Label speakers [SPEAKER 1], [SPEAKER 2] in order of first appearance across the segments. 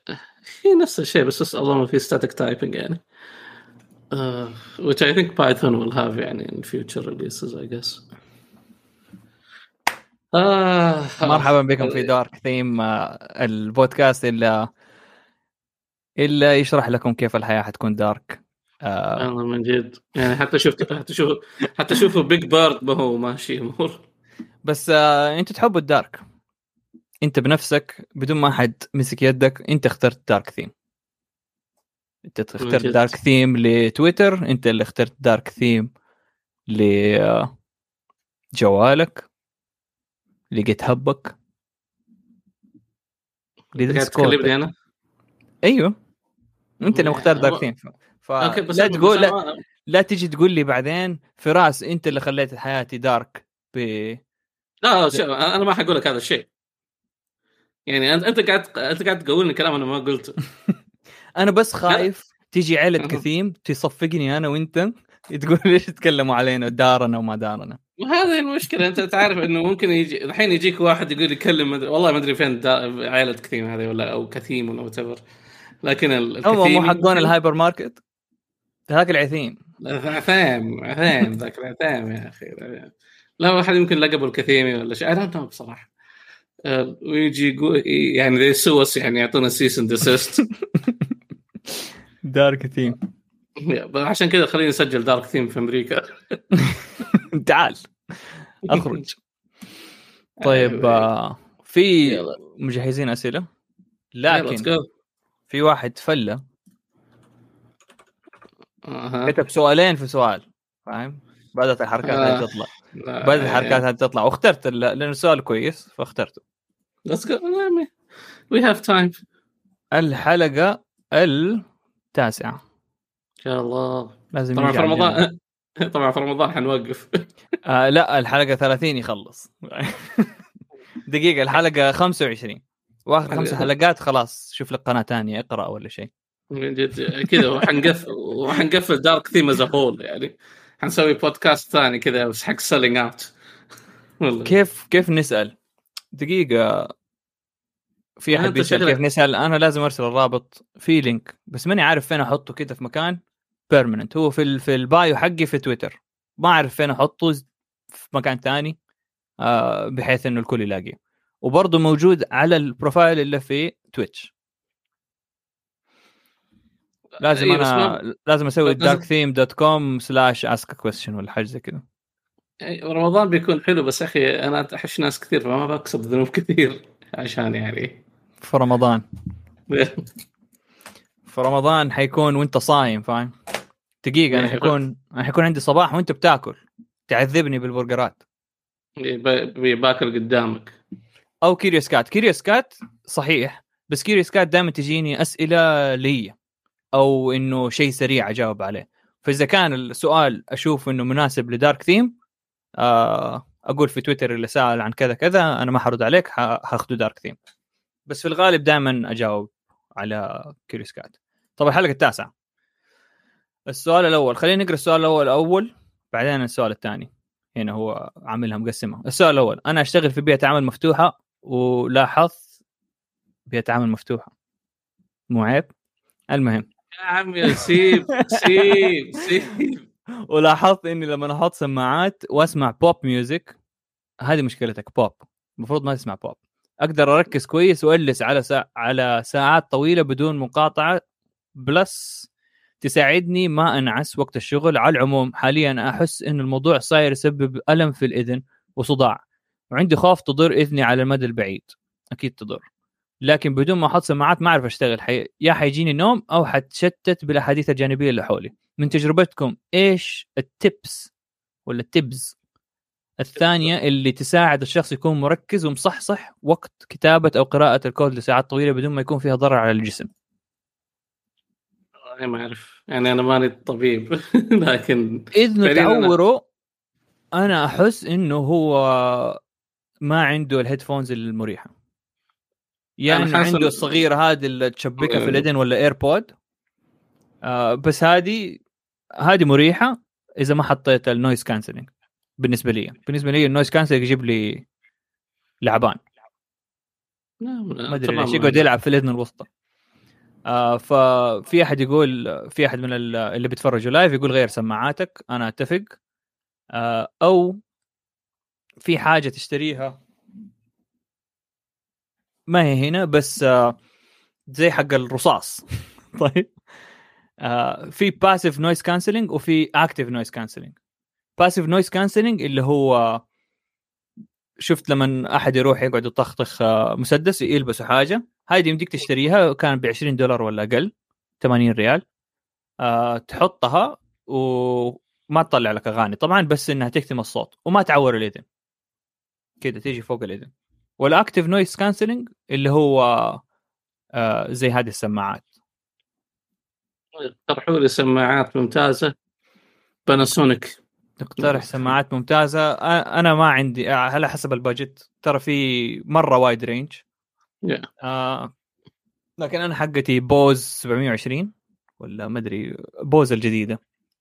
[SPEAKER 1] هي نفس الشيء بس أظن في static typing يعني. Which I think Python will have يعني in future releases I guess.
[SPEAKER 2] مرحبا بكم في دارك ثيم، البودكاست إلا يشرح لكم كيف الحياة حتكون دارك.
[SPEAKER 1] أنا من جد يعني حتى شوفوا بيج بارد ما هو ماشي أمور.
[SPEAKER 2] بس أنت تحب الدارك، أنت بنفسك بدون ما حد مسك يدك، أنت اخترت دارك ثيم. أنت اخترت دارك ثيم لتويتر، أنت اللي اخترت دارك ثيم لجوالك، لجيت هبك،
[SPEAKER 1] لديسكوردك.
[SPEAKER 2] أنا ايوه انت اللي مختار دارك ثيم. فلا تقول لا تيجي تقول لي بعدين فراس انت اللي خليت حياتي دارك
[SPEAKER 1] لا انا ما حقول لك هذا الشيء يعني. انت قاعد تقولني كلام انا ما قلته.
[SPEAKER 2] انا بس خايف تيجي عيلة كثيم تصفقني انا وانت تقول ليش تتكلموا علينا دارنا وما دارنا.
[SPEAKER 1] وهذه المشكله. انت تعرف انه ممكن يجي الحين يجيك واحد يقول يكلم والله ما ادري فين عائله كثيم هذه ولا او كثيم ولا whatever. لكن
[SPEAKER 2] الكثيم مو حقون الهايبر ماركت هذاك العثيم.
[SPEAKER 1] عثام ذاك العثام يا اخي. لا واحد يمكن لقبه الكثيمي ولا شيء انا ما بصراحه. ويجي يقول يعني ذي سوس يعني يعطونا سيس اند ديسيست.
[SPEAKER 2] دارك ثيم
[SPEAKER 1] عشان كذا خليني نسجل دارك ثيم في امريكا.
[SPEAKER 2] تعال اخرج. طيب في مجهزين اسئله لكن في واحد فله كتب سؤالين في سؤال، فاهم؟ بدأت الحركات هذه تطلع بدأت الحركات هذه تطلع واخترت لأنه سؤال كويس فاخترته.
[SPEAKER 1] Let's go. We have time.
[SPEAKER 2] الحلقة 9 إن
[SPEAKER 1] شاء الله.
[SPEAKER 2] لازم
[SPEAKER 1] طبعا في رمضان طبعا في رمضان حنوقف.
[SPEAKER 2] لا الحلقة 30 يخلص. دقيقة الحلقة 25 واخر 5 حلقات خلاص شوف لك قناة تانية اقرأ ولا شيء
[SPEAKER 1] من جد كذا. وحنقفل دارك ثيم از هول يعني. حنسوي بودكاست ثاني كذا بس حق سيلينج اوت.
[SPEAKER 2] كيف نسأل دقيقة في احد بيسأل كيف نسأل. انا لازم ارسل الرابط في لينك بس ماني عارف فين احطه كده في مكان بيرمننت. هو في البايو حقي في تويتر ما اعرف فين احطه في مكان ثاني بحيث انه الكل يلاقيه. وبرضه موجود على البروفايل اللي في تويتش. لازم لازم اسوي darktheme.com/ask-a-question ولا حاجه زي كده.
[SPEAKER 1] رمضان بيكون حلو بس اخي انا احش ناس كثير فما بقصد ذنوب كثير عشان يعني
[SPEAKER 2] في رمضان في رمضان حيكون وانت صايم فاهم. دقيقه انا حيكون عندي صباح وانت بتاكل تعذبني بالبرجرات
[SPEAKER 1] باكل قدامك.
[SPEAKER 2] او كيريوس كات صحيح بس كيريوس كات دائما تجيني اسئله لي او انه شيء سريع اجاوب عليه. فاذا كان السؤال اشوف انه مناسب لدارك ثيم اقول في تويتر اللي سأل عن كذا كذا انا ما حرد عليك هاخده دارك ثيم. بس في الغالب دائما اجاوب على كيريوس كات. طب الحلقه 9 السؤال الاول خلينا نقرا السؤال الاول بعدين السؤال الثاني. هنا هو عاملها مقسمه. السؤال الاول انا اشتغل في بيئه عمل مفتوحه ولاحظت بيئه عمل مفتوحه مو عيب. المهم
[SPEAKER 1] يا عمي سيب
[SPEAKER 2] ولاحظت اني لما احط سماعات واسمع بوب ميوزك هذه مشكلتك. بوب المفروض ما تسمع بوب. اقدر اركز كويس واجلس على ساعات طويله بدون مقاطعه بلس تساعدني ما انعس وقت الشغل. على العموم حاليا احس ان الموضوع صاير يسبب الم في الاذن وصداع وعندي خوف تضر اذني على المدى البعيد. اكيد تضر لكن بدون ما احط سماعات ما اعرف اشتغل. يا حيجيني نوم او حتشتت بالاحاديث الجانبيه اللي حولي. من تجربتكم ايش التبس ولا التبز الثانيه اللي تساعد الشخص يكون مركز ومصحصح وقت كتابه او قراءه الكود لساعات طويله بدون ما يكون فيها ضرر على الجسم؟
[SPEAKER 1] انا ما اعرف يعني انا ماني طبيب. لكن
[SPEAKER 2] اذن تعوره انا احس انه هو ما عنده الهيدفونز المريحه يعني عنده الصغيره هذه اللي تشبكها في الاذن ولا ايربود. بس هذه مريحه اذا ما حطيت النويز كانسلينج. بالنسبه لي النويز كانسلينج يجيب لي لعبان ما ادري ليش يقعد يلعب في الاذن الوسطى. ففي احد يقول، في احد من اللي بيتفرجوا لايف يقول غير سماعاتك، انا اتفق. او في حاجه تشتريها ما هي هنا بس زي حق الرصاص. طيب في باسيف نويز كانسلنج وفي اكتيف نويز كانسلنج. باسيف نويز كانسلنج اللي هو شفت لما احد يروح يقعد يطخطخ مسدس يلبسوا حاجه، هاي يمديك تشتريها، كان ب $20 ولا اقل، 80 ريال. تحطها وما تطلع لك اغاني طبعا، بس انها تكتم الصوت وما تعور الاذن، كده تيجي فوق الاذن. والاكتيف نويز كانسلنج اللي هو زي هذه السماعات.
[SPEAKER 1] اقترحوا لي سماعات ممتازه. باناسونيك.
[SPEAKER 2] تقترح سماعات ممتازه. انا ما عندي، على حسب البادجت، ترى في مره وايد رينج. لكن انا حقتي بوز 720 ولا ما ادري، بوز الجديده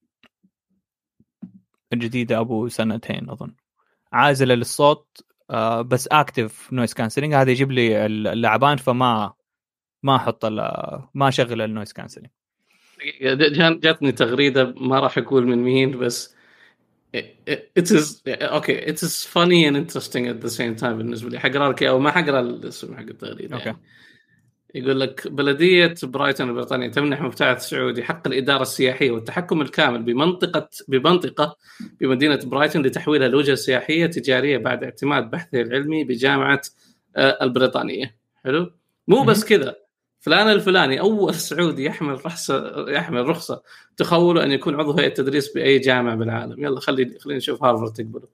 [SPEAKER 2] ابو سنتين اظن، عازله للصوت. بس اكتف نويز كانسلنج، هذا يجيب لي اللعبان، فما ما احط ما اشغل النويز كانسلنج.
[SPEAKER 1] جاتني تغريده ما راح اقول من مين، بس it is okay, it is funny and interesting at the same time بالنسبه لي. حقرا لك او ما حقرا الاسم حق التغريده يعني. يقول لك بلديه برايتون البريطانيه تمنح مبتعث سعودي حق الاداره السياحيه والتحكم الكامل بمنطقه بمدينه برايتون لتحويلها لوجهه سياحيه تجاريه بعد اعتماد بحثه العلمي بجامعه البريطانيه. حلو. مو بس كذا، فلان الفلاني اول سعودي يحمل رخصه تخول ان يكون عضو هيئه تدريس باي جامعه بالعالم. يلا خلينا نشوف هارفارد تقبله.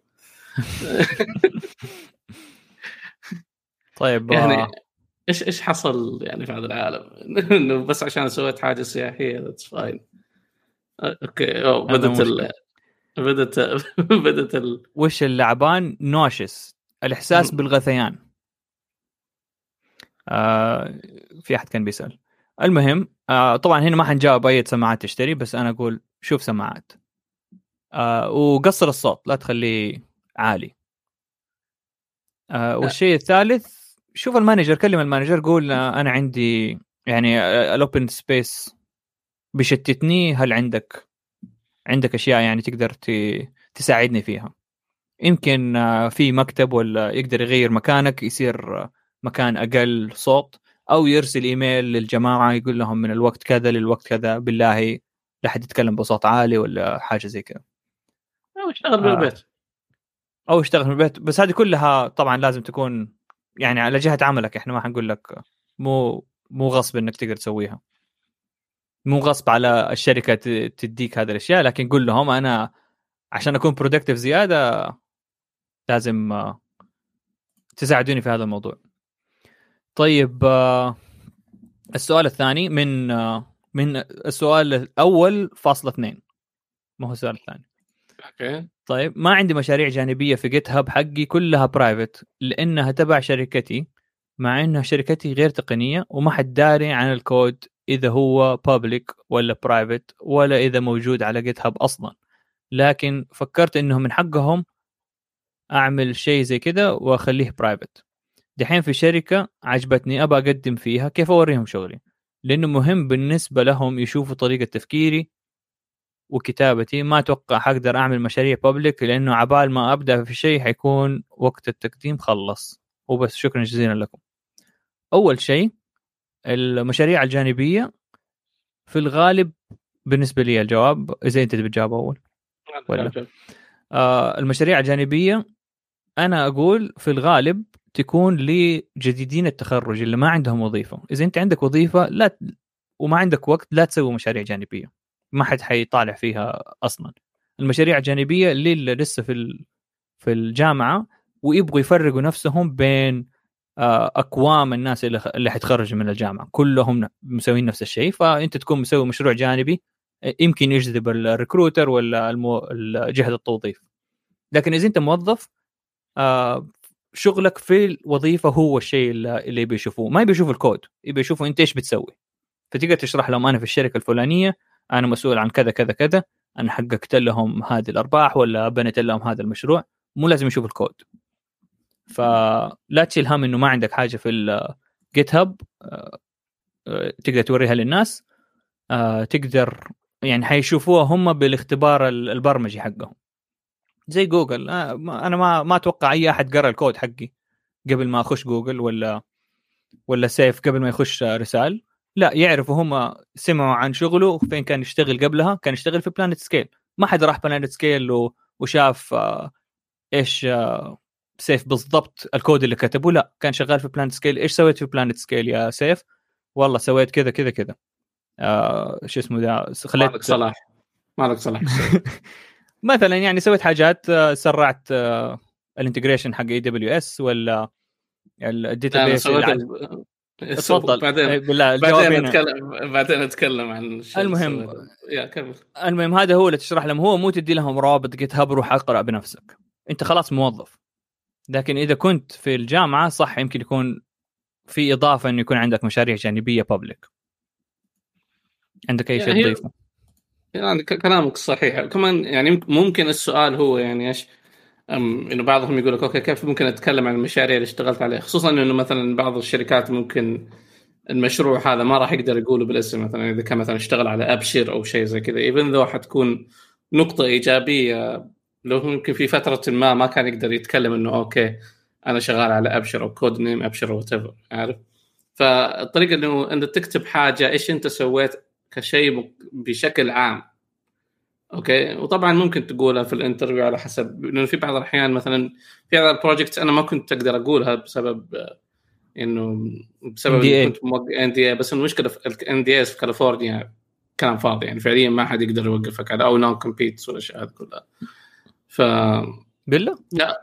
[SPEAKER 2] طيب
[SPEAKER 1] يعني ايش حصل يعني في هذا العالم؟ انه بس عشان سويت حاجه سياحيه ذاتس فاين. اوكي. بدت
[SPEAKER 2] وش اللعبان نوشس الاحساس بالغثيان. في احد كان بيسال. المهم طبعا هنا ما حنجاوب اي سماعات تشتري، بس انا اقول شوف سماعات وقصر الصوت، لا تخليه عالي. والشيء الثالث، شوف المانجر، كلم المانجر، قول انا عندي يعني الاوبن سبيس بشتتني، هل عندك اشياء يعني تقدر تساعدني فيها؟ يمكن في مكتب ولا يقدر يغير مكانك يصير مكان اقل صوت، او يرسل ايميل للجماعه يقول لهم من الوقت كذا للوقت كذا بالله لا حد يتكلم بصوت عالي ولا حاجه زي كذا،
[SPEAKER 1] او اشتغل من البيت.
[SPEAKER 2] او اشتغل من البيت. بس هذه كلها طبعا لازم تكون يعني على جهه عملك، احنا ما حنقول لك مو غصب انك تقدر تسويها، مو غصب على الشركه تديك هذه الاشياء، لكن قول لهم انا عشان اكون برودكتيف زياده لازم تساعدوني في هذا الموضوع. طيب السؤال الثاني من السؤال الاول فاصلة 2، ما هو السؤال الثاني.
[SPEAKER 1] اوكي.
[SPEAKER 2] طيب ما عندي مشاريع جانبيه في جيت هاب حقي، كلها برايفت لانها تبع شركتي، مع انها شركتي غير تقنيه وما حد داري عن الكود اذا هو بابليك ولا برايفت ولا اذا موجود على جيت هاب اصلا. لكن فكرت انه من حقهم اعمل شيء زي كده واخليه برايفت. دحين في شركه عجبتني ابى اقدم فيها، كيف اوريهم شغلي؟ لانه مهم بالنسبه لهم يشوفوا طريقه تفكيري وكتابتي. ما اتوقع حقدر اعمل مشاريع بابليك، لانه عبال ما ابدا في شيء حيكون وقت التقديم خلص. وبس، شكرا جزيلا لكم. اول شيء المشاريع الجانبيه في بالنسبه لي الجواب، اذا انت بتجاوب اول ولا المشاريع الجانبيه، انا اقول في الغالب تكون لجديدين التخرج اللي ما عندهم وظيفه. اذا انت عندك وظيفه لا وما عندك وقت، لا تسوي مشاريع جانبيه، ما حد حيطالع فيها اصلا. المشاريع الجانبيه اللي لسه في الجامعه ويبغوا يفرقوا نفسهم بين اكوام الناس اللي حيتخرجوا من الجامعه كلهم مسوين نفس الشيء، فانت تكون مسوي مشروع جانبي يمكن يجذب الريكروتر ولا جهه التوظيف. لكن اذا انت موظف شغلك في الوظيفه هو الشيء اللي بيشوفوه، ما بيشوف الكود، بيشوفوا انت ايش بتسوي. فتقدر تشرح لهم انا في الشركه الفلانيه انا مسؤول عن كذا كذا كذا، انا حققت لهم هذه الارباح ولا بنيت لهم هذا المشروع. مو لازم يشوف الكود. فلا تشيل هم انه ما عندك حاجه في الجيت هاب. تقدر توريها للناس، تقدر يعني حيشوفوها هم بالاختبار البرمجي حقهم زي جوجل. انا ما اتوقع اي احد قرأ الكود حقي قبل ما اخش جوجل ولا سيف قبل ما يخش رسال. لا، يعرفوا هم سمعوا عن شغله فين كان يشتغل قبلها. كان يشتغل في بلانت سكيل. ما حد راح بلانت سكيل وشاف ايش سيف بالضبط الكود اللي كتبه. لا، كان شغال في بلانت سكيل. ايش سويت في بلانت سكيل يا سيف؟ والله سويت كذا كذا كذا. شو اسمه ده، خليت
[SPEAKER 1] مالك صلاح
[SPEAKER 2] مثلا يعني سويت حاجات، سرعت الانتجريشن حق اي دبليو اس ولا الداتابيس. تفضل
[SPEAKER 1] بعدين
[SPEAKER 2] بالله الجواب هنا.
[SPEAKER 1] بعدين نتكلم عن الشيء
[SPEAKER 2] المهم
[SPEAKER 1] يا كمل.
[SPEAKER 2] المهم هذا هو اللي تشرح لهم. هو مو تدي لهم رابط جيت هاب روح اقرا بنفسك، انت خلاص موظف. لكن اذا كنت في الجامعه صح يمكن يكون في اضافه انه يكون عندك مشاريع جانبيه بابليك. عندك اي شيء تضيفه؟
[SPEAKER 1] يعني كلامك صحيح. كمان يعني ممكن السؤال هو يعني ايش انه بعضهم يقول لك اوكي كيف ممكن اتكلم عن المشاريع اللي اشتغلت عليها، خصوصا انه مثلا بعض الشركات ممكن المشروع هذا ما راح يقدر يقوله بالاسم. مثلا اذا كان مثلا اشتغل على ابشر او شيء زي كذا، ايفن ذو حتكون نقطه ايجابيه لو ممكن في فتره ما كان يقدر يتكلم انه اوكي انا شغال على ابشر او كود نيم ابشر او وات ايفر، عارف. فالطريقه انه انت تكتب حاجه ايش انت سويت كشيء بشكل عام، اوكي. وطبعا ممكن تقولها في الانترفيو على حسب، لانه في بعض الاحيان مثلا في بعض البروجكتس انا ما كنت اقدر اقولها بسبب انه كنت موقع NDA. بس المشكله في NDAs في كاليفورنيا كلام فاضي، يعني فعليا ما حد يقدر يوقفك على او نون كومبيتس والاشياء هذه كلها. ف
[SPEAKER 2] بالله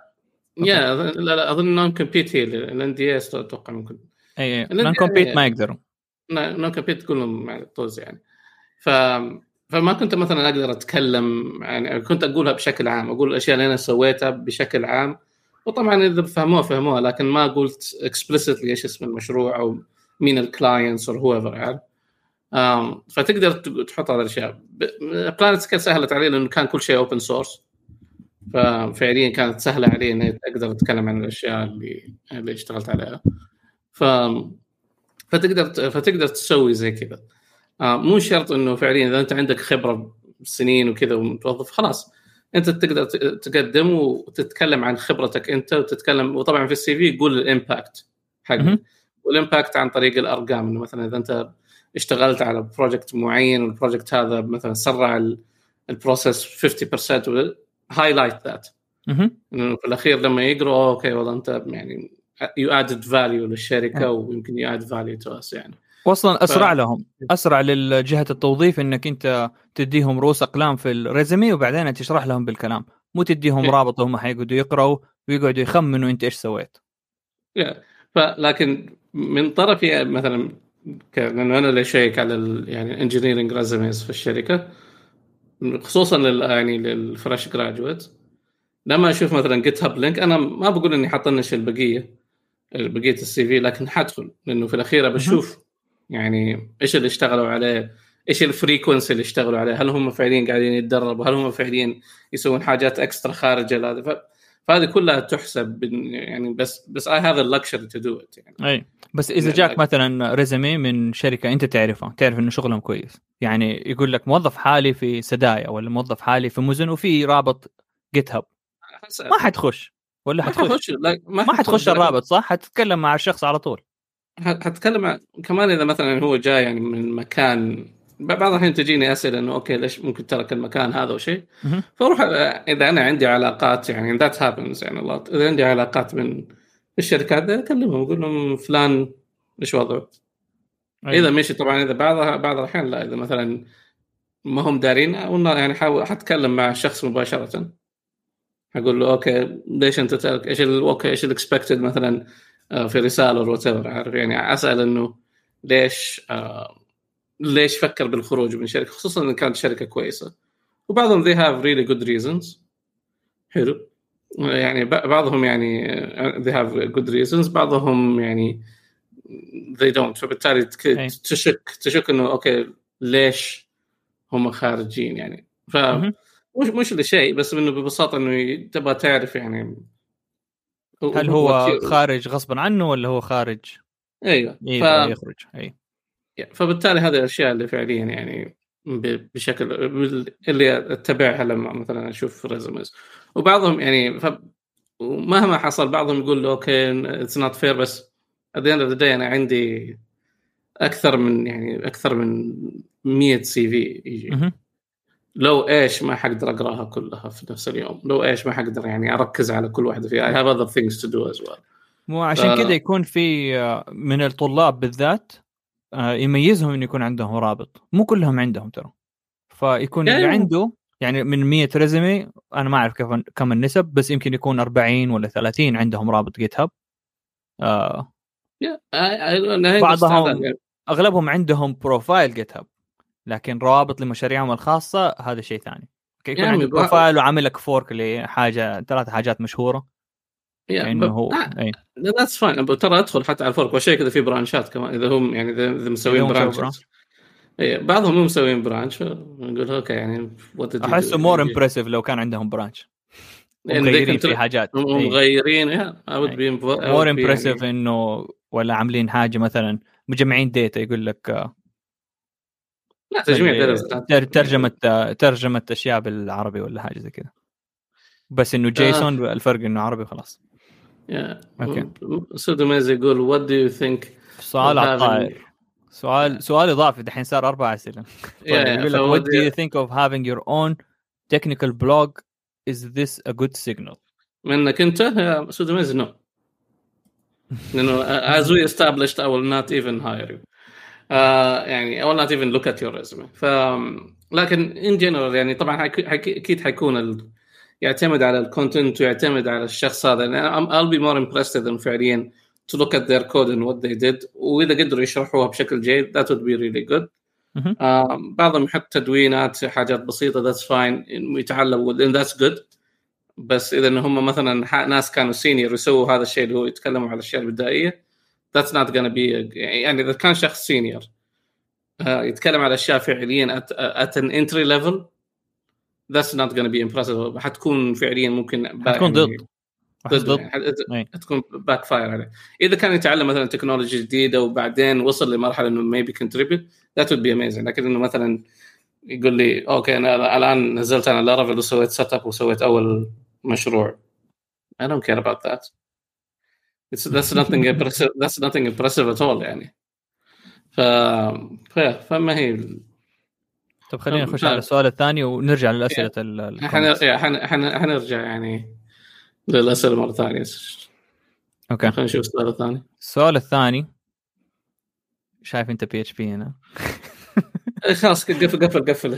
[SPEAKER 1] لا اظن نون كومبيت هي NDAs اتوقع ممكن.
[SPEAKER 2] اي نون كومبيت ما يقدروا.
[SPEAKER 1] نون كومبيت كلهم طوز يعني. فما كنت مثلا اقدر اتكلم، يعني كنت اقولها بشكل عام، اقول الاشياء اللي انا سويتها بشكل عام. وطبعا اذا فهموها لكن ما قلت explicitly ايش اسم المشروع او مين الكلاينتس او هو يعني. فتقدر تحط هذه الاشياء. بلانت سكيل سهلت علي لانه كان كل شيء اوبن سورس، ففعليا كانت سهله علي اني اقدر اتكلم عن الاشياء اللي اشتغلت عليها. فتقدر تسوي زي كذا. مو شرط انه فعليا اذا انت عندك خبره سنين وكذا ومتوظف خلاص انت تقدر تقدم وتتكلم عن خبرتك انت وتتكلم. وطبعا في السي في يقول الامباكت حقك، والامباكت عن طريق الارقام، انه مثلا اذا انت اشتغلت على بروجكت معين والبروجكت هذا مثلا سرع البروسيس 50% هايلايت ذات، انه في الاخير لما يقروا اوكي والله انت يعني يو ادد فاليو للشركه ويمكن يو اد فاليو تو اس يعني.
[SPEAKER 2] واصلا اسرع لهم، اسرع للجهه التوظيف انك انت تديهم رؤوس اقلام في الريزمي وبعدين تشرح لهم بالكلام، مو تديهم رابط وهم حيقعدوا يقراوا ويقعدوا يخمنوا انت ايش سويت.
[SPEAKER 1] لكن من طرفي مثلا لانه انا اللي شيك على يعني انجينيرنج ريزميز في الشركه، خصوصا يعني للفريش جراجويت، لما اشوف مثلا جيت هاب لينك انا ما بقول اني حاطنش بقيه السي في، لكن حادخل لانه في الاخير بشوف يعني ايش اللي اشتغلوا عليه، ايش الفريكونسي اللي اشتغلوا عليه، هل هم فعليا قاعدين يتدربوا، هل هم فعليا يسوون حاجات اكسترا خارج هذا. فهذه كلها تحسب يعني. بس I have the luxury to do it يعني.
[SPEAKER 2] اي بس اذا جاك مثلا ريزمي من شركه انت تعرفها، تعرف انه شغلهم كويس، يعني يقول لك موظف حالي في سدايا ولا موظف حالي في مزن وفي رابط جيت هاب، ما حتخش ولا حتخش؟ ما حتخش الرابط صح، حتتكلم مع الشخص على طول.
[SPEAKER 1] حتكلم كمان اذا مثلا هو جاي يعني من مكان. بعض الحين تجيني اسئله انه اوكي ليش ممكن ترك المكان هذا وشيء، فاروح اذا انا عندي علاقات يعني ذات هابنز يعني الله، اذا عندي علاقات من الشركات اكلمهم اقول لهم فلان ايش وضعه. اذا ماشي طبعا، اذا بعض الاحيان لا، اذا مثلا ما هم دارين يعني حتكلم مع الشخص مباشره، اقول له اوكي ليش انت ترك، ايش اوكي ايش الاكسبكتد مثلا في رساله ولا whatever، عارف يعني. اسال انه ليش فكر بالخروج من شركه، خصوصا ان كانت شركه كويسه. وبعضهم they have really good reasons. حلو يعني بعضهم يعني they have good reasons، بعضهم يعني they don't. فبالتالي تشك انه اوكي ليش هم خارجين يعني. مش لشيء، بس انه ببساطه انه تبغى تعرف يعني
[SPEAKER 2] هل هو خارج غصبا عنه ولا هو خارج
[SPEAKER 1] ايوه
[SPEAKER 2] يخرج. اي
[SPEAKER 1] فبالتالي هذه الاشياء اللي فعليا يعني بشكل اللي اتبعها لما مثلا اشوف ريزومز. وبعضهم يعني ومهما حصل بعضهم يقول اوكي اتس نوت فير، بس at the end of the day انا عندي اكثر من 100 سي في يجي. لو ايش ما حقدر اقراها كلها في نفس اليوم، لو ايش ما حقدر يعني اركز على كل واحده فيها. I have other things to do as well.
[SPEAKER 2] مو عشان كذا يكون في من الطلاب بالذات يميزهم انه يكون عندهم رابط، مو كلهم عندهم ترى، فيكون اللي عنده يعني من 100 ريزمي انا ما اعرف كم النسب، بس يمكن يكون 40 ولا 30 عندهم رابط جيت هاب. بعضهم اغلبهم عندهم بروفايل جيت هاب، لكن روابط لمشاريعهم الخاصه هذا شيء ثاني. يكون عنده بروفايل وعامل لك فورك لحاجه 3 حاجات مشهوره انه هو
[SPEAKER 1] that's fine. ترى ادخل حتى على الفورك وشيء كذا في برانشات كمان اذا هم يعني اذا مسوين برانشات. بعضهم مو مسوين برانش نقول اوكي يعني
[SPEAKER 2] احسه مور امبرسيف لو كان عندهم برانش مغيرين في حاجات
[SPEAKER 1] مغيرين
[SPEAKER 2] مور امبرسيف انه ولا عاملين حاجه مثلا مجمعين داتا يقول لك
[SPEAKER 1] لا تجميع
[SPEAKER 2] ترجمه اشياء بالعربي ولا حاجه زي كذا، بس انه جيسون الفرق انه عربي خلاص.
[SPEAKER 1] اوكي سودوميز يقول what do you think
[SPEAKER 2] سؤال على الطائر، سؤال اضافي دحين صار 4 اسئله. يقول لك what do you think of having your own technical blog, is this a good signal؟
[SPEAKER 1] منك انت يا سودوميز نو، لانه as we established I will not even hire you. يعني I will not even look at your resume. لكن in general يعني طبعا اكيد حيكون يعتمد على الكونتنت ويعتمد على الشخص هذا. يعني I'll be more impressed than فعليا to look at their code and what they did، وإذا قدروا يشرحوها بشكل جيد that would be really good. بعضهم يحط تدوينات حاجات بسيطة that's fine ويتعلم and that's good. بس إذا هم مثلا ناس كانوا سينيور يسووا هذا الشيء اللي هو يتكلموا على الأشياء البدائية that's not gonna be يعني إذا كان شخص سينيور يتكلم على أشياء فعليا at an entry level that's not gonna be impressive. حتكون فعليا ممكن
[SPEAKER 2] حتكون ضد
[SPEAKER 1] تكون باك فاير عليه. اذا كان يتعلم مثلا تكنولوجي جديده وبعدين وصل لمرحله انه maybe contribute that would be amazing. لكن انه مثلا يقول لي اوكي انا الان نزلت انا لارافيل وسويت سيت اب وسويت اول مشروع I don't care about that. that's nothing impressive at all يعني. فما هي.
[SPEAKER 2] طب خلينا نخش على السؤال الثاني ونرجع للاسئله
[SPEAKER 1] حنرجع يعني للأسئلة مرة ثانية.
[SPEAKER 2] اوكي
[SPEAKER 1] خلينا نشوف السؤال الثاني.
[SPEAKER 2] السؤال الثاني شايف انت بي اتش بي هنا
[SPEAKER 1] خلاص قفل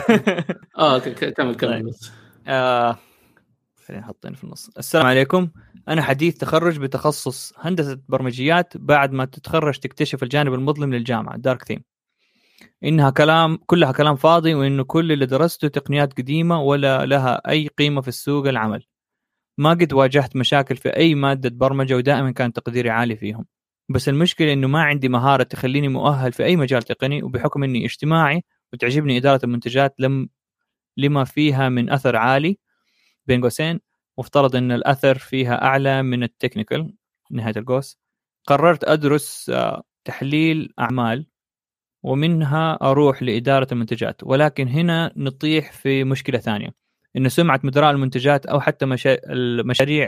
[SPEAKER 1] كمل بس.
[SPEAKER 2] خلينا نحطين في النص. السلام عليكم، انا حديث تخرج بتخصص هندسة برمجيات. بعد ما تتخرج تكتشف الجانب المظلم للجامعة دارك ثيم، انها كلها كلام فاضي، وانه كل اللي درسته تقنيات قديمة ولا لها اي قيمة في السوق العمل. ما قد واجهت مشاكل في أي مادة برمجة ودائما كان تقديري عالي فيهم، بس المشكلة إنه ما عندي مهارة تخليني مؤهل في أي مجال تقني، وبحكم إني اجتماعي وتعجبني إدارة المنتجات لما فيها من أثر عالي بين قوسين، مفترض إن الأثر فيها أعلى من التكنيكال نهاية القوس. قررت أدرس تحليل أعمال ومنها أروح لإدارة المنتجات، ولكن هنا نطيح في مشكلة ثانية، إنه سمعة مدراء المنتجات أو حتى المشاريع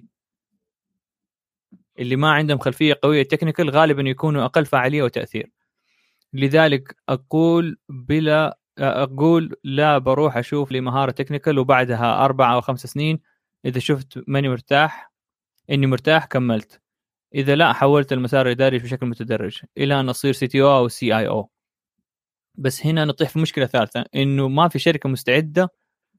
[SPEAKER 2] اللي ما عندهم خلفية قوية تكنيكال غالبا يكونوا أقل فعالية وتأثير. لذلك أقول لا بروح أشوف لي مهارة تكنيكال وبعدها 4 أو 5 سنين إذا شفت إني مرتاح كملت، إذا لا حولت المسار الإداري بشكل متدرج إلى أن أصير CTO أو CIO. بس هنا نطيح في مشكلة ثالثة، إنه ما في شركة مستعدة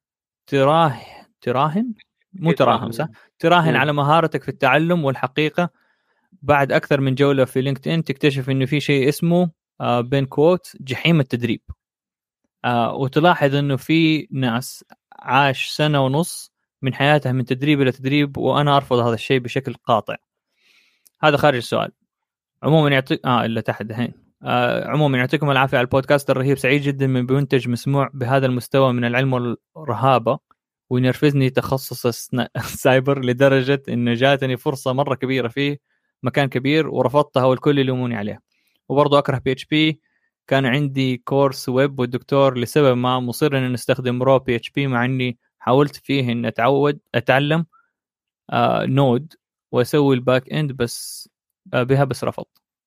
[SPEAKER 2] تراهن على مهارتك في التعلم. والحقيقة بعد أكثر من جولة في لينكدين تكتشف إنه في شيء اسمه بين كوت جحيم التدريب. وتلاحظ إنه في ناس عاش 1.5 سنة من حياتها من تدريب إلى تدريب، وأنا أرفض هذا الشيء بشكل قاطع. هذا خارج السؤال. عموما يعطيك إلا تحت دحين. عموما يعطيكم العافية على البودكاست الرهيب. سعيد جدا من بمنتج مسموع بهذا المستوى من العلم والرهابة، وينرفزني تخصص السايبر لدرجة إن جاتني فرصة مرة كبيرة فيه مكان كبير ورفضتها والكل يلوموني عليها. وبرضه اكره بي اتش بي. كان عندي كورس ويب والدكتور لسبب ما مصر ان نستخدم رو بي اتش بي، مع اني حاولت فيه ان اتعلم نود واسوي الباك اند بس بها، بس رفض.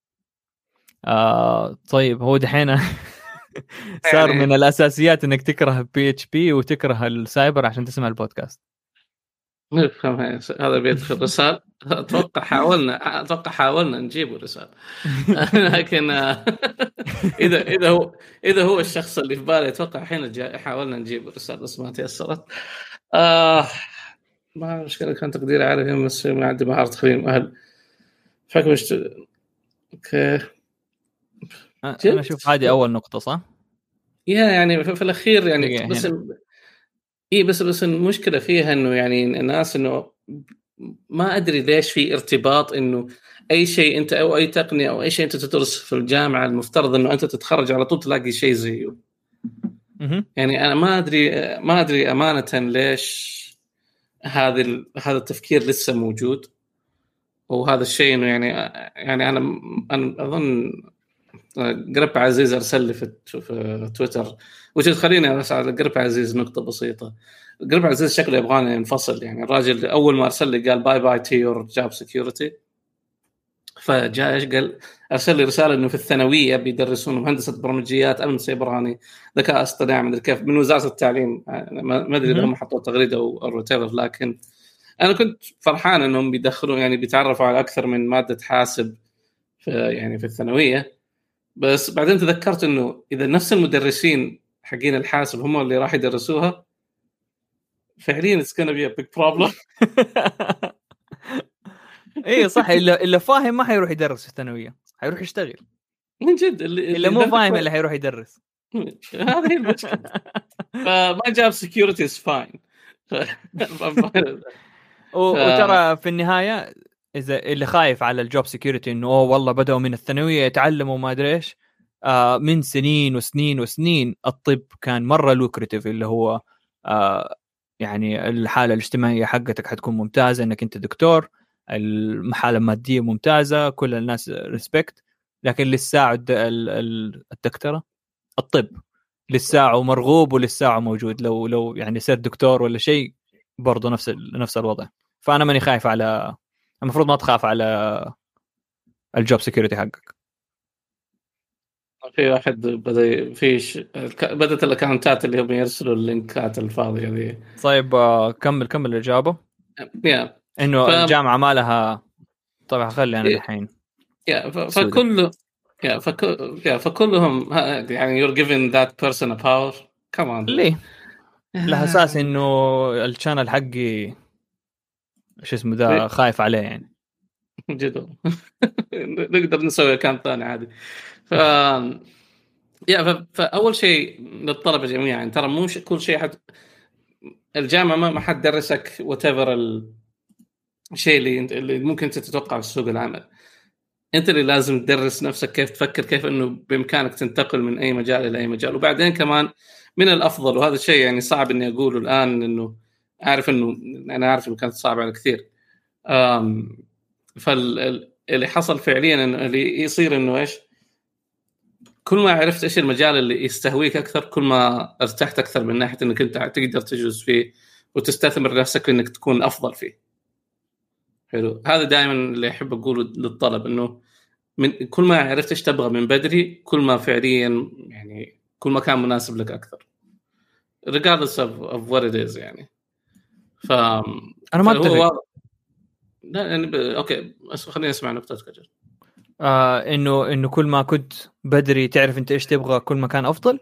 [SPEAKER 2] طيب هو دحين صار من
[SPEAKER 1] يعني
[SPEAKER 2] الاساسيات انك تكره بي اتش بي وتكره السايبر عشان تسمع البودكاست.
[SPEAKER 1] نفهم هذا بيدخل رسال. اتوقع حاولنا نجيبه رسال. لكن اذا هو الشخص اللي في بالي، اتوقع الحين حاولنا نجيب رسالة بس ما تيسرت. آه ما مشكلة، كان تقديري عالي بس ما عندي مهارة تخليهم اهل فكر اوكي.
[SPEAKER 2] انا
[SPEAKER 1] جد
[SPEAKER 2] اشوف هذه اول نقطه صح.
[SPEAKER 1] يعني في الاخير يعني
[SPEAKER 2] دقيقة
[SPEAKER 1] بس
[SPEAKER 2] هنا.
[SPEAKER 1] بس المشكلة فيها انه يعني الناس انه ما ادري ليش في ارتباط انه اي شيء انت او اي تقنيه او اي شيء انت تدرس في الجامعه المفترض انه انت تتخرج على طول تلاقي شيء زيه. يعني انا ما ادري امانه ليش هذا التفكير لسه موجود. وهذا الشيء انه يعني انا اظن قرب عزيز ارسل لي في تويتر، وش تخليني اسال قرب عزيز نقطه بسيطه. قرب عزيز شكله يبغاني ينفصل، يعني الراجل اول ما ارسل لي قال باي باي تو يور جاب سكيورتي. فجاء ايش قال؟ ارسل لي رساله انه في الثانويه بيدرسون هندسه برمجيات، امن سيبراني، ذكاء اصطناعي، مدري كيف، من وزاره التعليم. ما ادري اذا هم حطوا تغريده او وات، لكن انا كنت فرحان انهم بيدخلون يعني بيتعرفوا على اكثر من ماده حاسب في الثانويه. بس بعدين تذكرت انه اذا نفس المدرسين حقين الحاسب هم اللي راح يدرسوها، فعليا it's gonna be a big problem.
[SPEAKER 2] ايه صح، الا فاهم ما حيروح يدرس في الثانويه، حيروح يشتغل.
[SPEAKER 1] من جد
[SPEAKER 2] الا مو فاهم اللي حيروح يدرس.
[SPEAKER 1] هذه هي المشكله. فما جاب سكيورتي فاين.
[SPEAKER 2] وترى في النهايه اذا اللي خايف على الجوب سكيورتي انه والله بدأوا من الثانويه يتعلموا ما ادري ايش، من سنين وسنين وسنين الطب كان مره لوكريتيف، اللي هو يعني الحاله الاجتماعيه حقتك حتكون ممتازه انك انت دكتور، الحاله الماديه ممتازه، كل الناس ريسبكت. لكن للساعه الدكتوره الطب للساعه مرغوب وللساعه موجود، لو يعني صرت دكتور ولا شيء برضه نفس الوضع. فانا ماني خايف على، المفروض ما تخاف على الجوب سيكيورتي حقك.
[SPEAKER 1] في واحد بدت الاكونتات اللي هم يرسلوا اللينكات الفاضيه ذي.
[SPEAKER 2] طيب كمل الاجابه.
[SPEAKER 1] يا
[SPEAKER 2] انه الجامعه ما لها. طبعا خلي انا دحين
[SPEAKER 1] فكله فكلهم يعني you're giving that person a power. come on.
[SPEAKER 2] ليه لها اساس انه الشانل حقي ايش اسمه ذا خايف عليه يعني.
[SPEAKER 1] جد نقدر نسوي كام ثاني عادي. ف فاول شيء للطلبه جميعا، يعني ترى مو كل شيء الجامعه ما حد درسك وات ايفر الشيء اللي ممكن انت تتوقعه في سوق العمل. انت اللي لازم تدرس نفسك كيف تفكر، كيف انه بامكانك تنتقل من اي مجال الى اي مجال. وبعدين كمان من الافضل، وهذا الشيء يعني صعب اني اقوله الان، انه انا عارف انه كانت صعبه على كثير. فاللي حصل فعليا انه اللي يصير انه ايش، كل ما عرفت ايش المجال اللي يستهويك اكثر، كل ما ارتحت اكثر من ناحيه انك انت تقدر تجوز فيه وتستثمر نفسك انك تكون افضل فيه. حلو، هذا دائما اللي احب اقوله للطلب، انه من كل ما عرفت ايش تبغى من بدري، كل ما فعليا يعني كل ما كان مناسب لك اكثر regardless of what it is يعني.
[SPEAKER 2] انا ما اتفق.
[SPEAKER 1] لا يعني اوكي خليني اسمع نقطتك اجل.
[SPEAKER 2] انه كل ما كنت بدري تعرف انت ايش تبغى كل ما كان افضل،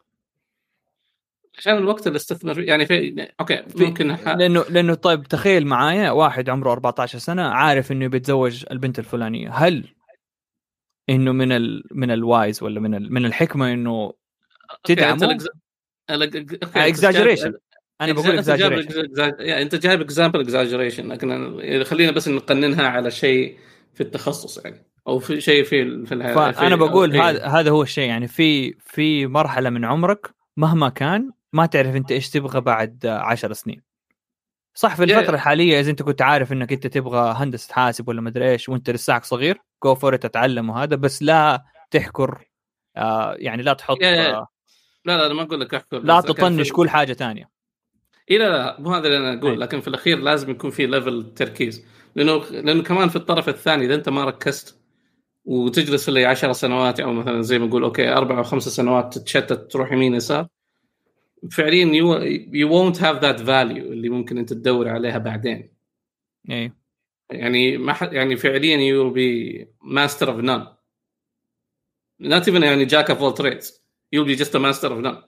[SPEAKER 1] عشان الوقت اللي استثمر يعني في اوكي ممكن
[SPEAKER 2] لانه طيب تخيل معايا واحد عمره 14 سنه عارف انه بيتزوج البنت الفلانيه، هل انه من الوايز ولا من الحكمه انه تدعمه؟ اكزاجريشن، انا بقول اكزاجريشن.
[SPEAKER 1] انت جايب اكزامبل اكزاجريشن، لكن خلينا بس نقننها على شيء في التخصص يعني، او في شيء في
[SPEAKER 2] فانا بقول هذا هو الشيء، يعني في مرحله من عمرك مهما كان ما تعرف انت ايش تبغى بعد 10 سنين. صح في الفتره الحاليه اذا انت كنت عارف انك انت تبغى هندسه حاسب ولا مدري ايش وانت لساك صغير جو فور تتعلم وهذا، بس لا تحكر، يعني لا تحط
[SPEAKER 1] لا انا ما اقول لك احكر،
[SPEAKER 2] لا
[SPEAKER 1] بس
[SPEAKER 2] تطنش كل حاجه تانية.
[SPEAKER 1] إيه لا مو هذا اللي انا اقول،
[SPEAKER 2] أي.
[SPEAKER 1] لكن في الاخير لازم يكون في ليفل تركيز، لانه كمان في الطرف الثاني اذا انت ما ركزت وتجلس لي 10 سنوات او مثلا زي ما نقول اوكي 4 أو 5 سنوات تتشتت تروح يمين يسار، فعليا you won't have that value اللي ممكن انت تدور عليها بعدين.
[SPEAKER 2] اي
[SPEAKER 1] يعني ما يعني فعليا you will be master of none, not even يعني jack of all trades, you'll be just a master of none.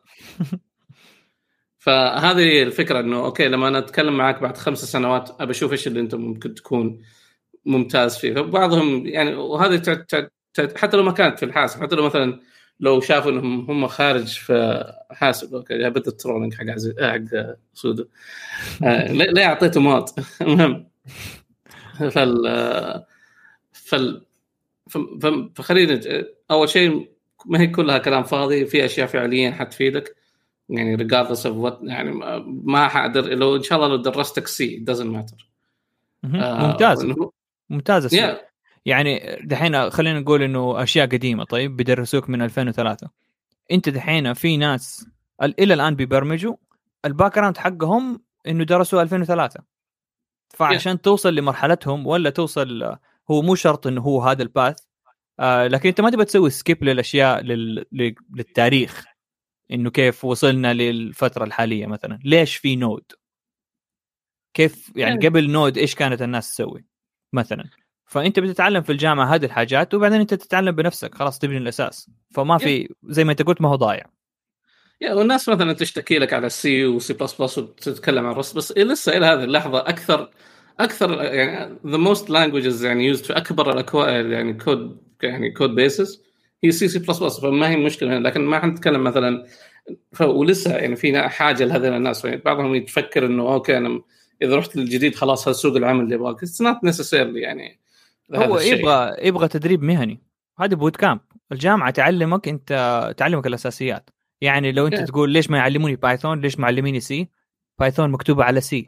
[SPEAKER 1] فهذه الفكره انه اوكي لما انا اتكلم معك بعد 5 سنوات ابى اشوف ايش اللي انت ممكن تكون ممتاز فيه. فبعضهم يعني وهذه حتى لو ما كانت في الحاسب، حتى لو مثلا لو شافوا انهم هم خارج في حاسب اوكي بدأ الترولينج حق حق سودو ليه اعطيته موت المهم فال فال فخلينا اول شيء ما هي كلها كلام فاضي، في اشياء فعليا حتفيدك يعني regardless of what. يعني ما حقدر لو ان شاء الله لو درستك سي doesn't matter.
[SPEAKER 2] ممتاز ممتاز السي.
[SPEAKER 1] yeah.
[SPEAKER 2] يعني دحين خلينا نقول انه اشياء قديمه طيب بيدرسوك من 2003، انت دحين في ناس الى الان بيبرمجوا الباك جراوند حقهم انه درسوا 2003، فعشان توصل لمرحلتهم ولا توصل، هو مو شرط انه هو هذا الباث، لكن انت ما تبغى تسوي سكيب للاشياء للتاريخ، انه كيف وصلنا للفتره الحاليه مثلا، ليش في نود، كيف يعني قبل نود ايش كانت الناس تسوي مثلا. فانت بتتعلم في الجامعه هذه الحاجات وبعدين انت تتعلم بنفسك، خلاص تبني الاساس، فما في زي ما انت قلت ما هو ضايع.
[SPEAKER 1] والناس مثلا تشتكي لك على السي وسي بلس بلس وتتكلم عن الرست، بس لسه الى هذه اللحظه اكثر يعني the most languages يعني used في اكبر الاكواد يعني كود بيسز هي سي بلس بلس، فما هي مشكله. لكن ما حنتكلم مثلا ولسه يعني في حاجه لهذول الناس، يعني بعضهم يتفكر انه اوكي انا اذا رحت للجديد خلاص هذا سوق العمل اللي يبغاك. اتس نوت نيسيسيرلي يعني هذا
[SPEAKER 2] هو
[SPEAKER 1] الشيء
[SPEAKER 2] يبغى تدريب مهني، هذا بوت كامب. الجامعه تعلمك الاساسيات. يعني لو انت تقول ليش ما يعلموني بايثون، ليش معلميني سي؟ بايثون مكتوبه على سي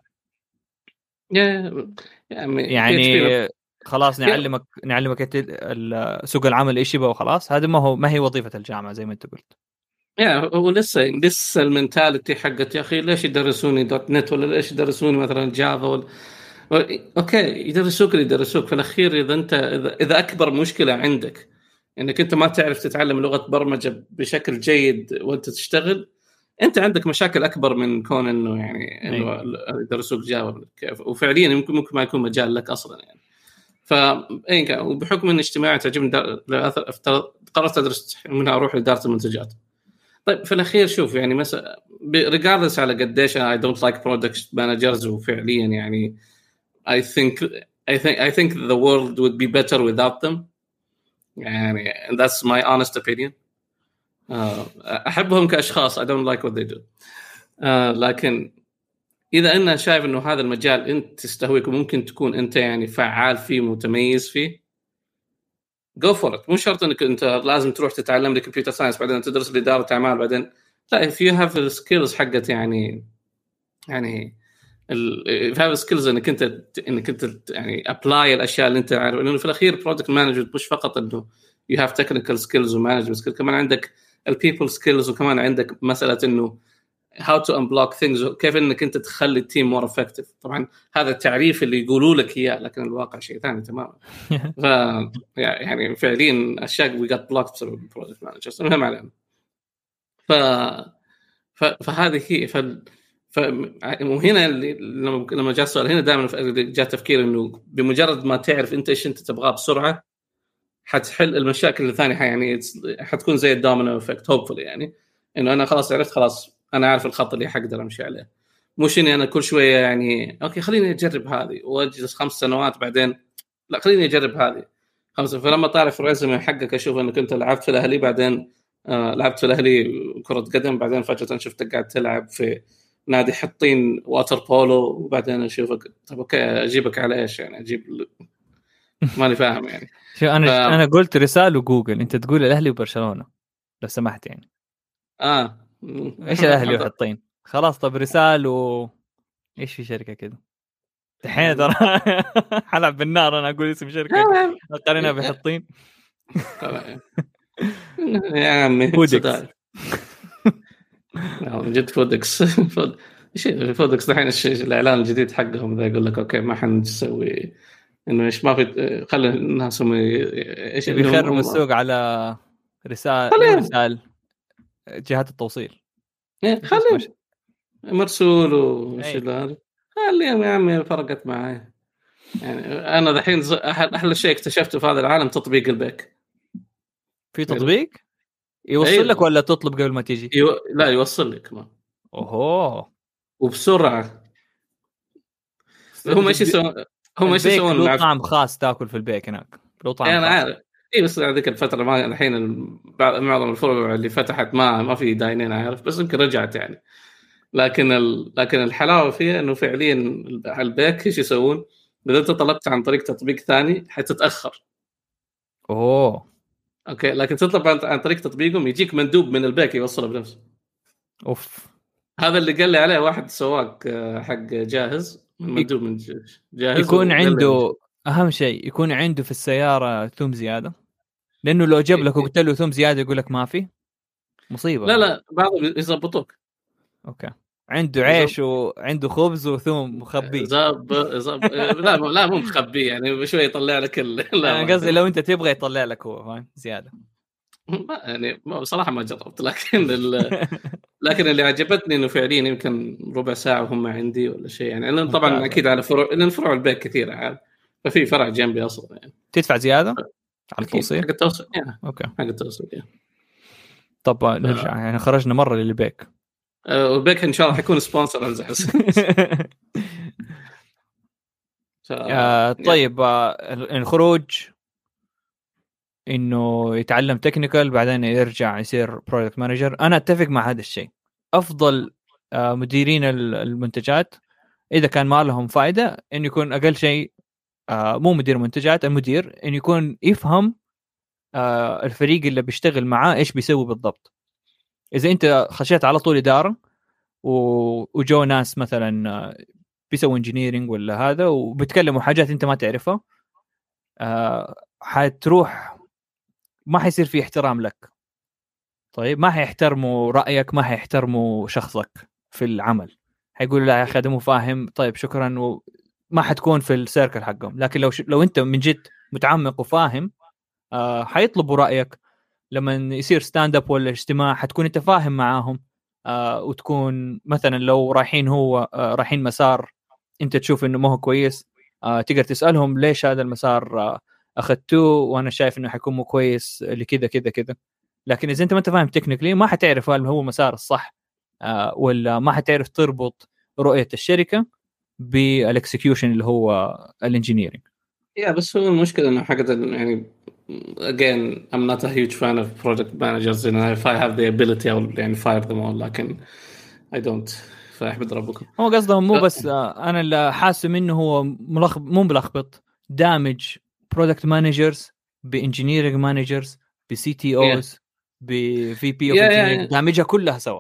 [SPEAKER 2] يعني خلاص نعلمك سوق العمل ايش يبغى وخلاص. هذا ما هي وظيفه الجامعه زي ما انت قلت.
[SPEAKER 1] هو لسه المنتاليتي حقت يا اخي ليش يدرسوني دوت نت ولا ليش يدرسوني مثلا جافا اوكي يدرسوك اللي يدرسوك في الاخير. اذا اكبر مشكله عندك انك انت ما تعرف تتعلم لغه برمجه بشكل جيد وانت تشتغل، انت عندك مشاكل اكبر من كون انه يعني انه يدرسوك جافا. وفعليا ممكن ما يكون مجال لك اصلا يعني. فاين كان وبحكم ان اجتماعي تعجبني قررت ادرس منها اروح لاداره المنتجات. طيب في الاخير شوف يعني مثلا regardless على قديش I don't like product managers وفعليا يعني I think the world would be better without them يعني that's my honest opinion. احبهم كاشخاص I don't like what they do. لكن اذا انا شايف انه هذا المجال انت تستهويك وممكن تكون انت يعني فعال فيه متميز فيه go for it. مو شرط انك انت لازم تروح تتعلم لي كمبيوتر ساينس بعدين تدرس لي اداره اعمال بعدين لا. if you have the skills حقت يعني if you have skills انك انت يعني apply الاشياء اللي انت عارف. لانه في الاخير project management مش فقط انه you have technical skills و management skills، كمان عندك people skills وكمان عندك مساله انه how to unblock things وكيف انك انت تخلي التيم more effective. طبعا هذا التعريف اللي يقولوا لك اياه لكن الواقع شيء ثاني تماما. ف يعني فعليا اشياء we got blocked بسبب project managers. المهم علينا. فهذه هي وهنا لما جاء السؤال هنا دائما جاء تفكير انه بمجرد ما تعرف انت ايش انت تبغاه بسرعه حتحل المشاكل الثانيه يعني حتكون زي الدومينو افكت هوبفully يعني انه انا خلاص عرفت خلاص انا عارف الخط اللي حقدر امشي عليه. مش اني انا كل شويه يعني اوكي خليني اجرب هذه واجلس 5 سنوات بعدين لا خليني اجرب هذه 5. فلما تعرف الريزومي حقك اشوف انك انت لعبت في الاهلي بعدين لعبت في الاهلي كره قدم بعدين فجاه شفتك قاعد تلعب في نادي حطين واتر بولو وبعدين اشوفك طب اوكي اجيبك على ايش يعني اجيب ماني فاهم يعني.
[SPEAKER 2] شو انا قلت رساله جوجل انت تقول الاهلي وبرشلونه لو سمحت يعني. ايش الاهلي وحطين خلاص. طب رسال ايش في شركه كده الحين ترى حلعب بالنار انا اقول اسم شركه اقارنها بحطين.
[SPEAKER 1] يا عمي
[SPEAKER 2] فودكس.
[SPEAKER 1] من جد فودكس. شيء فودكس الحين الاعلان الجديد حقهم ذا يقول لك اوكي ما حنسوي انه ايش ما في، خلي الناس هم ايش
[SPEAKER 2] يبي يخرب السوق على رسائل، مو
[SPEAKER 1] خليهم
[SPEAKER 2] رسائل، جهات التوصيل. ايش اسمه؟
[SPEAKER 1] خليهم مرسول وش
[SPEAKER 2] اي
[SPEAKER 1] هذا، خليهم يا عمي فرقت معي. يعني انا دحين احلى شيء اكتشفته في هذا العالم تطبيق البيك.
[SPEAKER 2] في
[SPEAKER 1] حلو.
[SPEAKER 2] تطبيق يوصل لك
[SPEAKER 1] ايوه
[SPEAKER 2] ولا تطلب قبل ما تيجي؟
[SPEAKER 1] لا يوصل لك كمان
[SPEAKER 2] اوه.
[SPEAKER 1] وبسرعه. هم ايش يسوون؟ هم ايش
[SPEAKER 2] البيك
[SPEAKER 1] يسوون
[SPEAKER 2] له
[SPEAKER 1] مع
[SPEAKER 2] طعم خاص، تاكل في البيك هناك له طعم
[SPEAKER 1] انا
[SPEAKER 2] خاص.
[SPEAKER 1] عارف. اي بس هذيك الفتره ما الحين معظم الفروع اللي فتحت ما في داينين عارف، بس يمكن رجعت يعني. لكن الحلاوه فيها انه فعليا البيك ايش يسوون؟ اذا انت طلبت عن طريق تطبيق ثاني حتتاخر.
[SPEAKER 2] اوه
[SPEAKER 1] اوكي لكن تطلب عن طريق تطبيقهم يجيك مندوب من البيك يوصله بنفسه.
[SPEAKER 2] اوف.
[SPEAKER 1] هذا اللي قال لي عليه واحد سواق حق جاهز، مندوب من جاهز،
[SPEAKER 2] يكون
[SPEAKER 1] وقال لي
[SPEAKER 2] عنده، اهم شيء يكون عنده في السياره ثوم زياده، لانه لو جاب لك وقلت له ثوم زياده يقول لك ما في، مصيبه
[SPEAKER 1] لا
[SPEAKER 2] هذه.
[SPEAKER 1] لا بعضهم يزبطوك.
[SPEAKER 2] اوكي، عنده عيش وعنده خبز وثوم مخبيه.
[SPEAKER 1] زاب لا لا مو مخبي يعني بشوي يطلع لك لا
[SPEAKER 2] انا قصدي
[SPEAKER 1] ما
[SPEAKER 2] لو انت تبغى يطلع لك هو، فاهم، زياده.
[SPEAKER 1] يعني بصراحه ما جربت، لكن لكن اللي عجبتني انه فعليا يمكن ربع ساعه وهم عندي ولا شيء يعني. انا طبعا
[SPEAKER 2] ممتاز.
[SPEAKER 1] اكيد على فروع، لان فروع البيت كثيره عاد، ففي فرع جنبي اصلا يعني.
[SPEAKER 2] تدفع زياده على
[SPEAKER 1] اكيد
[SPEAKER 2] التوصيل؟
[SPEAKER 1] حق التوصيل يعني.
[SPEAKER 2] اوكي.
[SPEAKER 1] حق التوصيل يعني.
[SPEAKER 2] طب نرجع، يعني خرجنا مره للبيك.
[SPEAKER 1] والبيك ان شاء الله حيكون سبونسر انزح. ف... يعني
[SPEAKER 2] طيب الخروج انه يتعلم تكنيكال بعدين يرجع يصير بروجكت مانجر، انا اتفق مع هذا الشيء. افضل مديرين المنتجات اذا كان ما لهم فائده انه يكون اقل شيء مو مدير منتجات، المدير انه يكون يفهم الفريق اللي بيشتغل معاه ايش بيسوي بالضبط. اذا انت خشيت على طول اداره وجو ناس مثلا بيسوي انجينيرنج ولا هذا وبيتكلموا حاجات انت ما تعرفها، حتروح ما حيصير في احترام لك. طيب ما حيحترموا رايك، ما حيحترموا شخصك في العمل، حيقولوا لا يا اخي هذا مو فاهم، طيب شكرا، وما حتكون في السيركل حقهم. لكن لو انت من جد متعمق وفاهم حيطلبوا رايك. لما يصير ستاند اب ولا اجتماع حتكون انت فاهم معاهم، وتكون مثلا لو رايحين مسار انت تشوف انه ما هو كويس، تقدر تسالهم ليش هذا المسار اخذتوه وانا شايف انه حيكون مو كويس لكذا كذا كذا. لكن اذا انت ما انت فاهم تكنيكلي ما حتعرف هل هو مسار الصح، ولا ما حتعرف تربط رؤيه الشركه بالاكسكيوشن اللي هو الانجينيرنج.
[SPEAKER 1] بس هو المشكله انه حقت يعني again I'm not a huge fan of project managers and if I have the ability I'll يعني fire them all، لكن I don't. فاحمد ربكم.
[SPEAKER 2] هو قصدهم مو بس انا اللي حاسه منه هو مو ملخبط، دامج برودكت مانجرز بانجينيرنج مانجرز بسي تي اوز بفي بي اوف انجينيرنج، دامجها كلها سوا.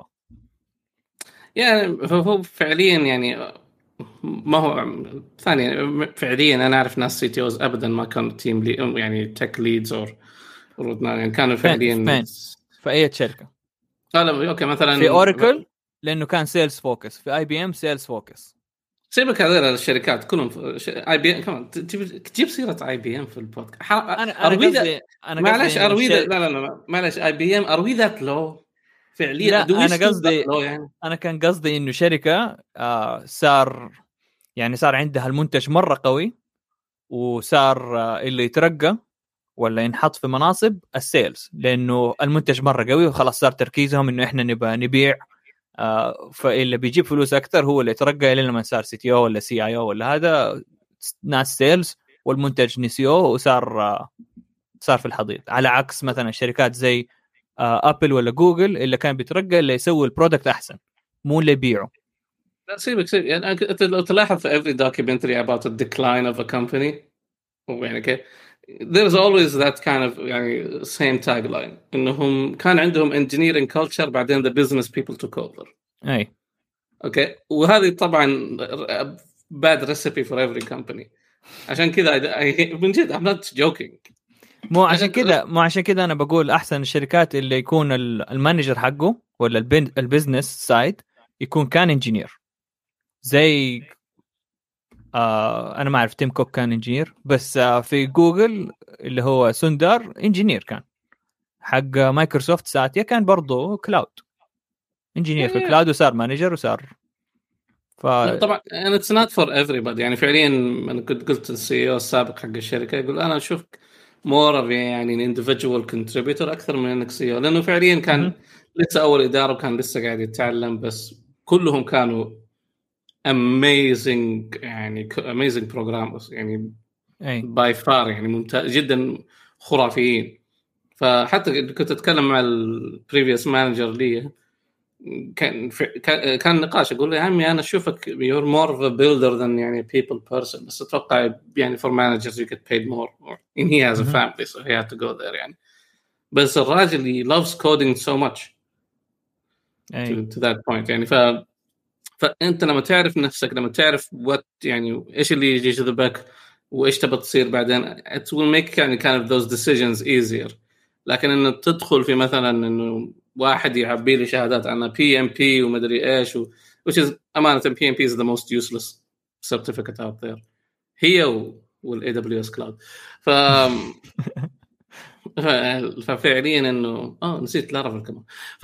[SPEAKER 1] يعني هو فعليا يعني ما هو ثانيا فعليا انا اعرف ناس سي تي اوز ابدا ما كانوا تيم لي يعني تك ليدز يعني كانوا فعليا
[SPEAKER 2] في اي شركه.
[SPEAKER 1] قالوا اوكي مثلا
[SPEAKER 2] في اوراكل لانه كان سيلز فوكس، في اي بي ام سيلز فوكس.
[SPEAKER 1] سيبك هذول الشركات كلهم اي بي ام كمان تجيب سيره اي بي ام في البودكاست.
[SPEAKER 2] انا
[SPEAKER 1] معلش اروي لا معلش اي بي ام اروي ذات لو فعليا.
[SPEAKER 2] لا انا قصدي يعني. انا كان قصدي انه شركه صار عندها المنتج مره قوي، وصار اللي يترقى ولا ينحط في مناصب السيلز لانه المنتج مره قوي وخلاص صار تركيزهم انه احنا نبغى نبيع، فاللي بيجيب فلوس اكثر هو اللي يترقى الى لما صار سي تي او ولا سي اي او ولا هذا ناس سيلز، والمنتج نسيوه وصار في الحضيض. على عكس مثلا الشركات زي ابل ولا جوجل اللي كان بيترقى اللي يسوي البرودكت احسن، مو اللي يبيعه.
[SPEAKER 1] لا سيبك يعني انت لو تلاحظ في every documentary about the decline of a company يعني كيف there's always that kind of يعني same tagline انهم كان عندهم engineering culture بعدين the business people took over.
[SPEAKER 2] اي
[SPEAKER 1] اوكي وهذه طبعا bad recipe for every company. عشان كذا من جد I'm not joking.
[SPEAKER 2] مو عشان كذا انا بقول احسن الشركات اللي يكون المانجر حقه ولا البزنس سايد يكون كان انجينير زي انا ما اعرف تيم كوك كان انجينير بس في جوجل اللي هو سوندار انجينير كان حق مايكروسوفت ساتيا كان برضه كلاود انجينير في الكلاود وصار مانجر وصار
[SPEAKER 1] لا طبعا انا اتس نوت فور everybody يعني فعليا انا كنت قلت السي او السابق حق الشركه يقول انا اشوفك مور يعني individual contributor اكثر من انك سي او لانه فعليا كان لسه اول اداره وكان لسه قاعد يتعلم بس كلهم كانوا amazing يعني amazing programmers يعني باي فار يعني ممتاز جدا خرافيين. فحتى كنت اتكلم مع البريفيوس مانجر لي كان نقاش اقول له يا عمي انا اشوفك you're more of a builder than يعني people person بس اتوقع يعني for managers you get paid more and he has a family so he had to go there يعني بس الراجل he loves coding so much to that point يعني فانت لما تعرف نفسك لما تعرف what يعني ايش اللي يجي جذبك وايش تبى تصير بعدين it will make يعني kind of those decisions easier. لكن انه تدخل في مثلا انه واحد يعبي لي شهادات عن PMP ومدري ايش which is امانه PMP is the most useless certificate out there هي وال AWS cloud ف ففعليا انه نسيت لارافيل كمان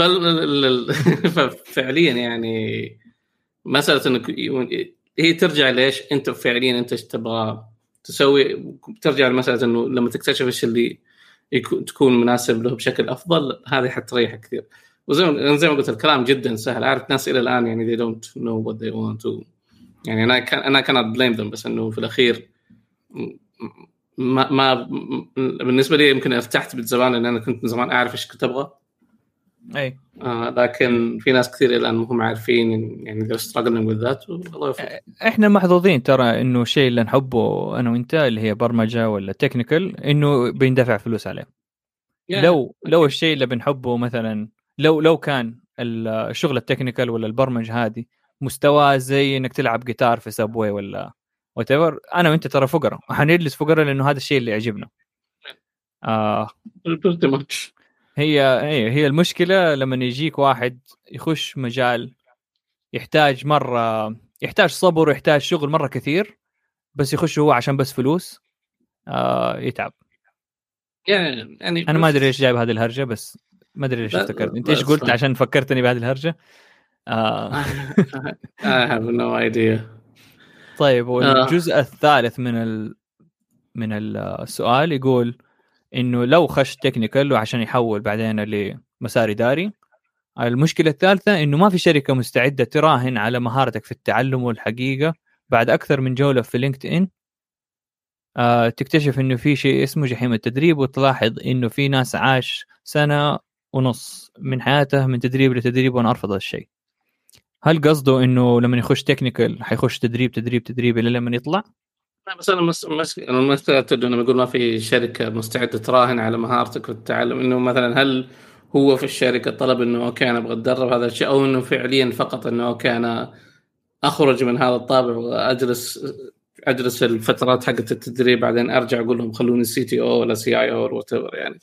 [SPEAKER 1] ففعليا يعني مساله انك هي ترجع ليش انت فعليا انت ايش تبغى تسوي ترجع لمساله انه لما تكتشف ايش اللي تكون مناسب له بشكل افضل هذه حتريحك كثير. وزي ما قلت الكلام جدا سهل اعرف ناس الى الان يعني they don't know what they want to يعني انا كانت blame them بس انه في الاخير ما بالنسبه لي يمكن ارتحت بالزمان لان انا كنت من زمان اعرف ايش كنت ابغى
[SPEAKER 2] اي
[SPEAKER 1] لكن في ناس كثير الان هم عارفين يعني they're struggling with that والله يوفق.
[SPEAKER 2] احنا محظوظين ترى انه الشيء اللي نحبه انا وانت اللي هي برمجه ولا تكنيكال انه بيندفع فلوس عليه. لو الشيء اللي بنحبه مثلا لو كان الشغل التكنيكال ولا البرمجه هذه مستوى زي انك تلعب جيتار في سابوي ولا whatever انا وانت ترى فقراء حنجلس فقراء لانه هذا الشيء اللي يعجبنا. هي المشكله لما يجيك واحد يخش مجال يحتاج صبر ويحتاج شغل مره كثير بس يخش هو عشان بس فلوس يتعب.
[SPEAKER 1] يعني
[SPEAKER 2] انا ما ادري ايش جايب هذه الهرجه بس ما ادري ليش افتكرت انت ايش قلت عشان فكرتني بهذه الهرجه.
[SPEAKER 1] I have no idea.
[SPEAKER 2] طيب والجزء الثالث من السؤال يقول انه لو خش تكنيكال وعشان يحول بعدين لمسار اداري المشكله الثالثه انه ما في شركه مستعده تراهن على مهارتك في التعلم والحقيقه بعد اكثر من جوله في لينكد ان تكتشف انه في شيء اسمه جحيم التدريب وتلاحظ انه في ناس عاش 1.5 سنة من حياته من تدريب لتدريب وانا ارفض هالشيء. هل قصده انه لما يخش تكنيكال حيخش تدريب الى لما يطلع؟
[SPEAKER 1] بس انا المسألة انه يقول ما في شركه مستعده تراهن على مهارتك في التعلم انه مثلا هل هو في الشركه طلب انه اوكي انا ابغى اتدرب هذا الشيء او انه فعليا فقط انه اوكي انا اخرج من هذا الطابع واجلس الفترات حقت التدريب بعدين ارجع اقول لهم خلوني CTO ولا CIO ولا whatever يعني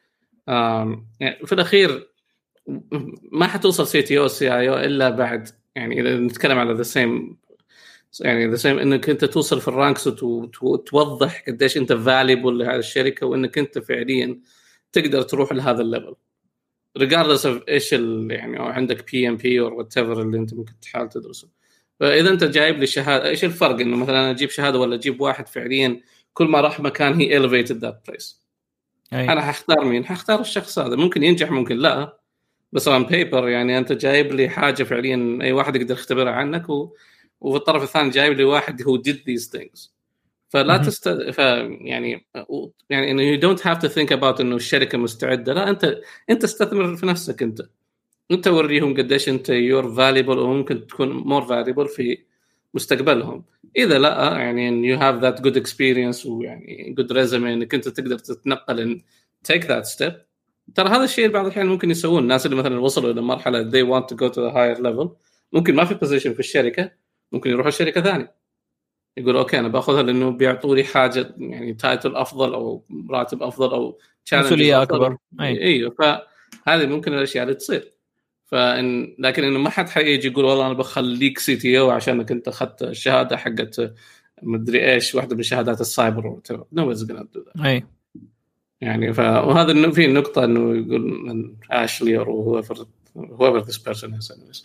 [SPEAKER 1] في الاخير ما حتوصل CTO CIO الا بعد يعني اذا نتكلم على the same انك انت توصل في الرانكس وتوضح قديش انت valuable لهذه الشركه وانك انت فعليا تقدر تروح لهذا الليفل regardless of ايش يعني او عندك PMP or whatever اللي انت ممكن تحاول تدرسه. فاذا انت جايب لي شهاده ايش الفرق انه مثلا انا اجيب شهاده ولا اجيب واحد فعليا كل ما راح مكان هي elevated that place انا هختار مين؟ هختار الشخص هذا ممكن ينجح ممكن لا بس on paper يعني انت جايب لي حاجه فعليا اي واحد يقدر يختبرها عنك وفي الطرف الثاني جايب لي واحد who did these things. فلا يعني انه you don't have to think about انه الشركه مستعده لا انت استثمر في نفسك انت وريهم قديش انت you're valuable وممكن تكون more valuable في مستقبلهم. اذا لا يعني you have that good experience ويعني good resume انك انت تقدر تتنقل and take that step ترى هذا الشيء بعض الأحيان ممكن يسوون الناس اللي مثلا وصلوا إلى مرحلة they want to go to a higher level ممكن ما في position في الشركة ممكن يروحوا شركة ثانية يقول اوكي انا باخذها لانه بيعطوا لي حاجه يعني تايتل افضل او راتب افضل او تشالنجز
[SPEAKER 2] مسؤوليه
[SPEAKER 1] افضل.
[SPEAKER 2] اكبر.
[SPEAKER 1] ايوه فهذه ممكن الاشياء اللي تصير. لكن انه ما حد حيجي يقول والله انا بخليك سي تي او عشانك انت اخذت الشهاده حقت مدري ايش واحده من شهادات السايبر. نو از جونا دو ذات.
[SPEAKER 2] اي
[SPEAKER 1] يعني وهذا انه في نقطه انه يقول من اشلي او whoever this person is.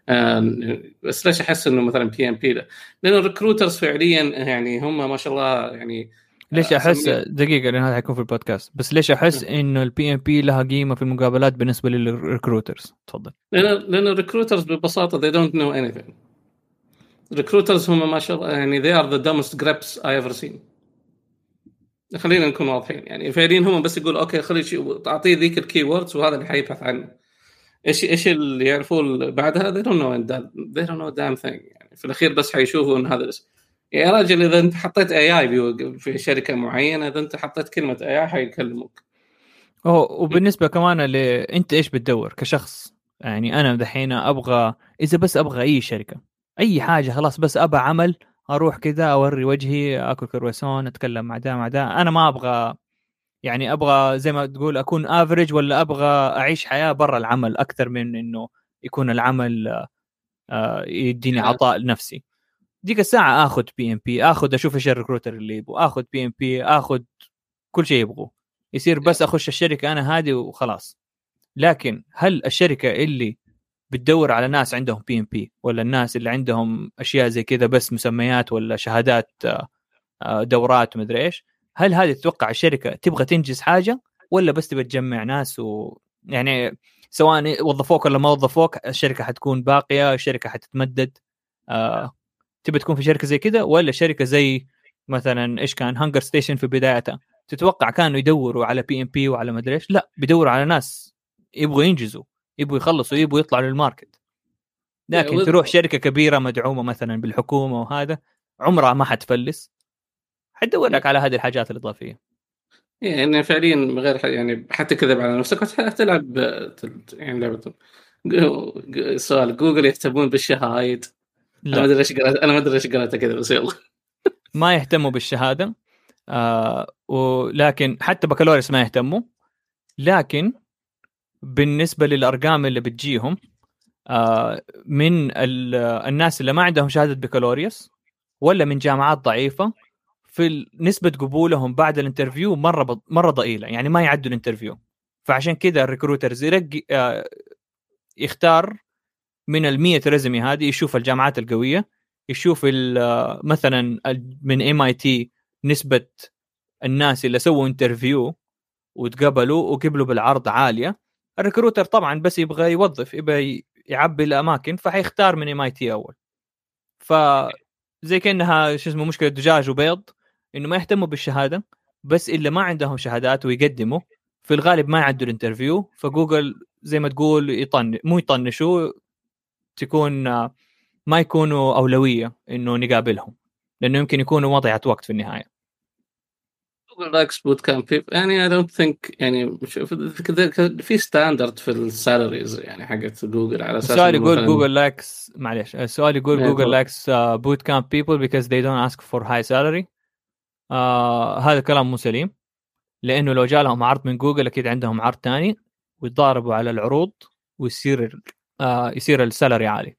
[SPEAKER 1] بس ليش احس انه مثلا بي ام بي لانه الريكروترز فعليا يعني هم ما شاء الله يعني
[SPEAKER 2] ليش احس دقيقه لان هذا حيكون في البودكاست، بس ليش احس انه البي ام بي لها قيمه في المقابلات بالنسبه للريكروترز؟ تفضل.
[SPEAKER 1] لان الريكروترز ببساطه they don't know anything. الريكروترز هم ما شاء الله يعني they are the dumbest grips I ever seen. خلينا نكون واضحين يعني فعليا هم بس يقول اوكي خلي تعطيه ذيك الكي ووردز وهذا اللي حيبحث عنه. ايش اللي يعرفوه بعدها they don't know damn thing. يعني في الاخير بس حيشوفوا ان هذا يا راجل اذا انت حطيت اي في شركه معينه، اذا انت حطيت كلمه اي حيكلموك.
[SPEAKER 2] وبالنسبه كمان انت ايش بتدور كشخص؟ يعني انا دحين ابغى، اذا بس ابغى اي شركه اي حاجه خلاص، بس ابى عمل اروح كذا اوري وجهي اكل كرواسون اتكلم مع ده انا ما ابغى يعني ابغى زي ما تقول اكون افريج، ولا ابغى اعيش حياه برا العمل اكثر من انه يكون العمل يديني عطاء لنفسي. ديك الساعه اخذ بي ام بي، اخذ اشوف ايش الريكروتر اللي يبغوا، اخذ بي ام بي، اخذ كل شيء يبغوه، يصير بس اخش الشركه انا هادي وخلاص. لكن هل الشركه اللي بتدور على ناس عندهم بي ام بي، ولا الناس اللي عندهم اشياء زي كذا بس مسميات ولا شهادات دورات ومدري ايش، هل هذه تتوقع الشركه تبغى تنجز حاجه، ولا بس تبغى تجمع ناس يعني سواء وظفوك ولا ما وظفوك الشركه حتكون باقيه، الشركه حتتمدد؟ تبغى تكون في شركه زي كذا، ولا شركه زي مثلا ايش كان هانجر ستيشن في بدايتها؟ تتوقع كانوا يدوروا على بي ام بي وعلى مدري ايش؟ لا، بيدوروا على ناس يبغوا ينجزوا، يبغوا يخلصوا، يبغوا يطلعوا للماركت. لكن تروح شركه كبيره مدعومه مثلا بالحكومه وهذا عمرها ما حتفلس، حتدور لك على هذه الحاجات الاضافيه.
[SPEAKER 1] يعني فعليا غير يعني حتى كذب على نفسك وتلعب يعني لعبه. سؤال جوجل يهتمون بالشهايد؟ انا ما ادري ليش قرأت كذا بس يلا.
[SPEAKER 2] ما يهتموا بالشهاده، ولكن حتى بكالوريوس ما يهتموا. لكن بالنسبه للارقام اللي بتجيهم من الناس اللي ما عندهم شهاده بكالوريوس ولا من جامعات ضعيفه، في نسبه قبولهم بعد الانترفيو مره ضئيله، يعني ما يعدوا الانترفيو. فعشان كذا الريكروترز يختار من 100 ريزمي هذه، يشوف الجامعات القويه، يشوف مثلا من MIT نسبه الناس اللي سووا انترفيو وتقبلوا وقبلوا بالعرض عاليه. الريكروتر طبعا بس يبغى يوظف، يبغى يعبي الاماكن، فحيختار من MIT اول. فزي كأنها شو اسمه مشكله دجاج وبيض، انه ما يهتموا بالشهاده، بس اللي ما عندهم شهادات ويقدموا في الغالب ما يعدوا الانترفيو. فجوجل زي ما تقول مو يطنشوا، تكون ما يكونوا اولويه انه نقابلهم، لانه يمكن يكونوا مضيعه وقت في النهايه.
[SPEAKER 1] جوجل لايكس بوت كامب يعني اي دونت ثينك يعني في ستاندرد في السالاريز يعني حقت جوجل على اساس
[SPEAKER 2] السؤال يقول جوجل لايكس، معليش السؤال يقول جوجل لايكس بوت كامب بيبل because they don't ask for high salary. هذا كلام مو سليم، لانه لو جاء لهم عرض من جوجل اكيد عندهم عرض تاني ويتضاربوا على العروض ويصير يصير السالري عالي.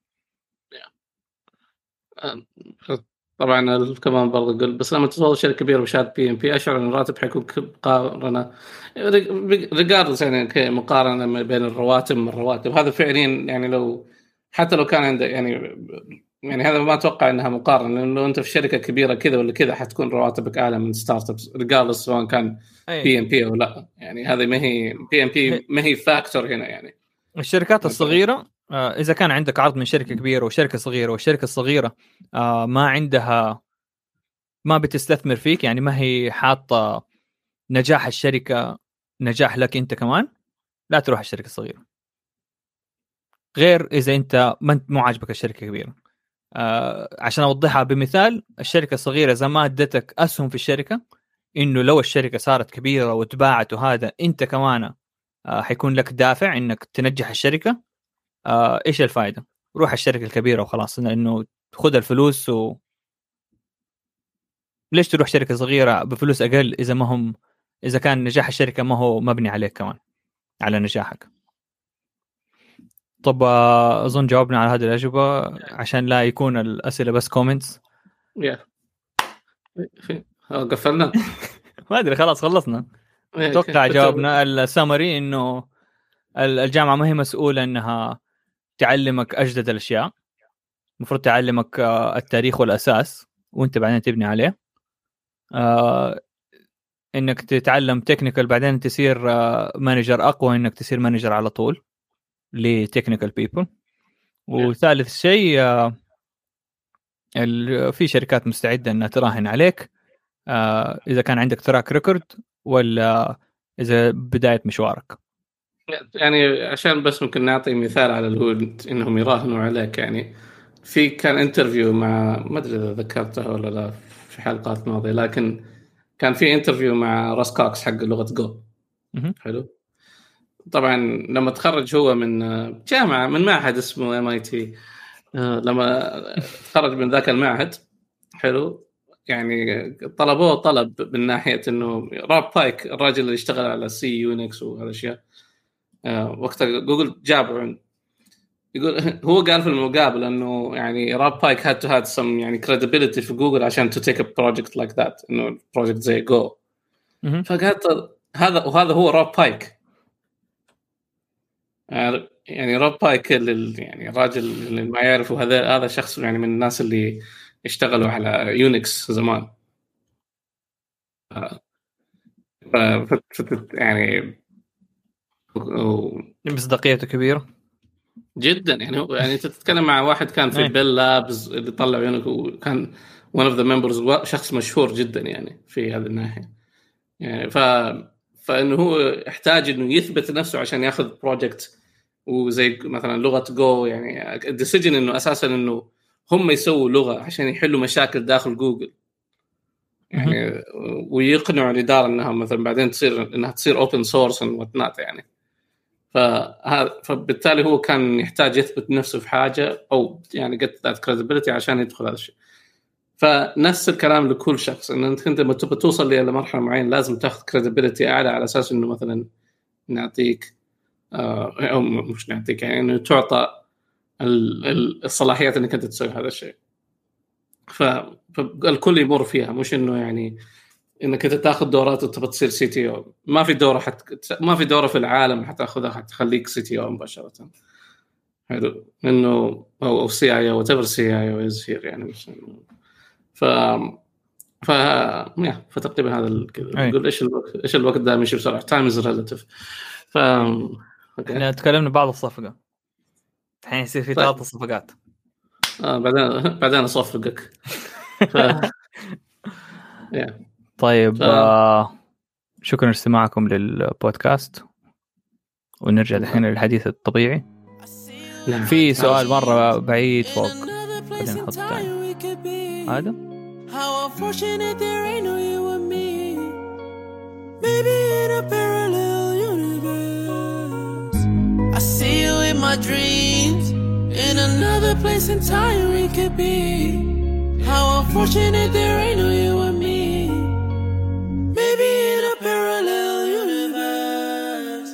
[SPEAKER 1] طبعا كمان برضه اقول بس لما توصل شركه كبيره بشهاده بي ام بي اشعر ان الراتب حيكون مقارنه ريجاردلس يعني مقارنه ما بين الرواتب هذا فعليا يعني لو حتى لو كان عنده يعني هذا ما اتوقع انها مقارنه، لانه لو انت في شركه كبيره كذا ولا كذا حتكون رواتبك اعلى من ستارت ابس ريجاردلس سواء كان بي ام بي او لا. يعني هذه ما هي بي ام بي ما هي فاكتور هنا. يعني
[SPEAKER 2] الشركات الصغيره اذا كان عندك عرض من شركه كبيره وشركه صغيره، والشركه الصغيره ما عندها، ما بتستثمر فيك، يعني ما هي حاطه نجاح الشركه نجاح لك انت كمان، لا تروح الشركه الصغيره. غير اذا انت مو عاجبك الشركه الكبيره. عشان اوضحها بمثال، الشركه الصغيره اذا ما ادتك اسهم في الشركه، انه لو الشركه صارت كبيره وتباعت وهذا انت كمان حيكون لك دافع انك تنجح الشركه. ايش الفائده؟ روح الشركه الكبيره وخلاص، انه خذ الفلوس ليش تروح شركه صغيره بفلوس اقل اذا كان نجاح الشركه ما هو مبني عليك كمان على نجاحك. طب اظن جاوبنا على هذه الاجوبه عشان لا يكون الاسئله بس كومنتس.
[SPEAKER 1] قفلنا.
[SPEAKER 2] ما ادري خلاص خلصنا. اتوقع جاوبنا. السامري انه الجامعه ما هي مسؤوله انها تعلمك اجدد الاشياء، المفروض تعلمك التاريخ والاساس وانت بعدين تبني عليه. انك تتعلم تكنيكال بعدين تصير مانجر اقوى، انك تصير مانجر على طول لتكنيكال بيبل. وثالث شيء في شركات مستعده انها تراهن عليك اذا كان عندك تراك ريكورد ولا اذا بدايه مشوارك.
[SPEAKER 1] يعني عشان بس ممكن نعطي مثال على الهود انهم يراهنوا عليك. يعني في كان انترفيو مع، ما ادري اذا ذكرته ولا لا في حلقات ماضيه، لكن كان في انترفيو مع راس كوكس حق لغه جو. حلو. طبعا لما تخرج هو من جامعه، من معهد اسمه MIT، لما تخرج من ذاك المعهد، حلو، يعني طلبوه طلب من ناحيه انه راب بايك، الراجل اللي يشتغل على سي يونكس وهذا الاشياء، وقتها جوجل جابه. يقول هو قال في المقابل انه يعني راب بايك had to have some يعني credibility في جوجل عشان to take a project like that، انه project زي جو. فقالت هذا هو راب بايك. يعني راب بايك يعني الراجل اللي ما يعرفه، هذا شخص يعني من الناس اللي اشتغلوا على يونكس زمان. يعني
[SPEAKER 2] مصداقيته كبيرة
[SPEAKER 1] جدا. يعني يعني انت تتكلم مع واحد كان في بيل لابز اللي طلع يونيك، وكان one of the members، شخص مشهور جدا يعني في هذه الناحية. يعني فانه هو يحتاج انه يثبت نفسه عشان ياخذ بروجكت، وزي مثلا لغة جو، يعني الديسيجن انه اساسا انه هم يسووا لغة عشان يحلوا مشاكل داخل جوجل، يعني ويقنعوا الإدارة انها مثلا بعدين تصير اوبن سورس واتنات يعني. فبالتالي هو كان يحتاج يثبت نفسه في حاجة، أو يعني get that credibility عشان يدخل هذا الشيء. فنفس الكلام لكل شخص، إن أنت لما تبغى توصل لمرحلة معينة لازم تأخذ credibility أعلى، على أساس إنه مثلا نعطيك أو مش نعطيك، يعني إنه تعطى الصلاحيات إنك أنت تسوي هذا الشيء. فالكل يمر فيها، مش إنه يعني انك انت تاخذ دورات وتبى تصير سي تي او. ما في دوره في العالم حتاخذها حتخليك سي تي او مباشره. حلو. انه او سي اي او whatever سي اي او يصير يعني. فتقريبا هذا يقول ايش الوقت دائما يمشي بسرعه. تايم از ريلاتيف.
[SPEAKER 2] احنا تكلمنا بعض الصفقه، الحين يصير في 3 صفقات.
[SPEAKER 1] بعدين اصفقك.
[SPEAKER 2] طيب شكرا لاستماعكم للبودكاست، ونرجع الحين للحديث الطبيعي. في سؤال مرة بعيد فوق، خلينا نحط تاني هذا. How unfortunate there ain't no you and me. Maybe in a parallel universe. I see you in my dreams. In another place and time we could be. How unfortunate there ain't no you and me. Maybe in a parallel universe.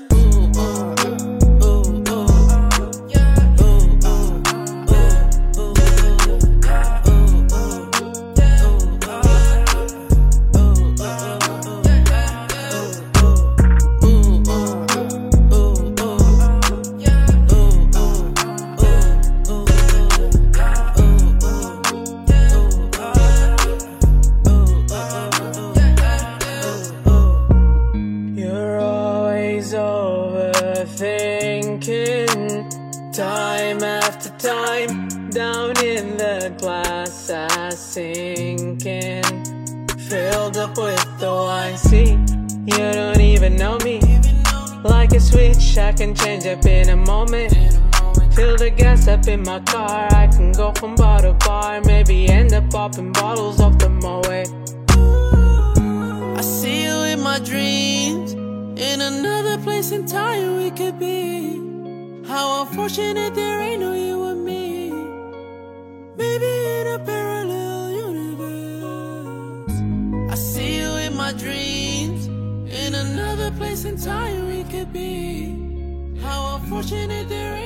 [SPEAKER 2] Sinking, filled up with the wine. See, you don't even know me. Like a switch, I can change up in a moment. Fill the gas up in my car. I can go from bar to bar, maybe end up popping bottles off the Moet. I see you in my dreams. In another place and time we could be. How unfortunate there ain't no you and me. Maybe in a parallel universe.
[SPEAKER 3] this entire week could be. How unfortunate there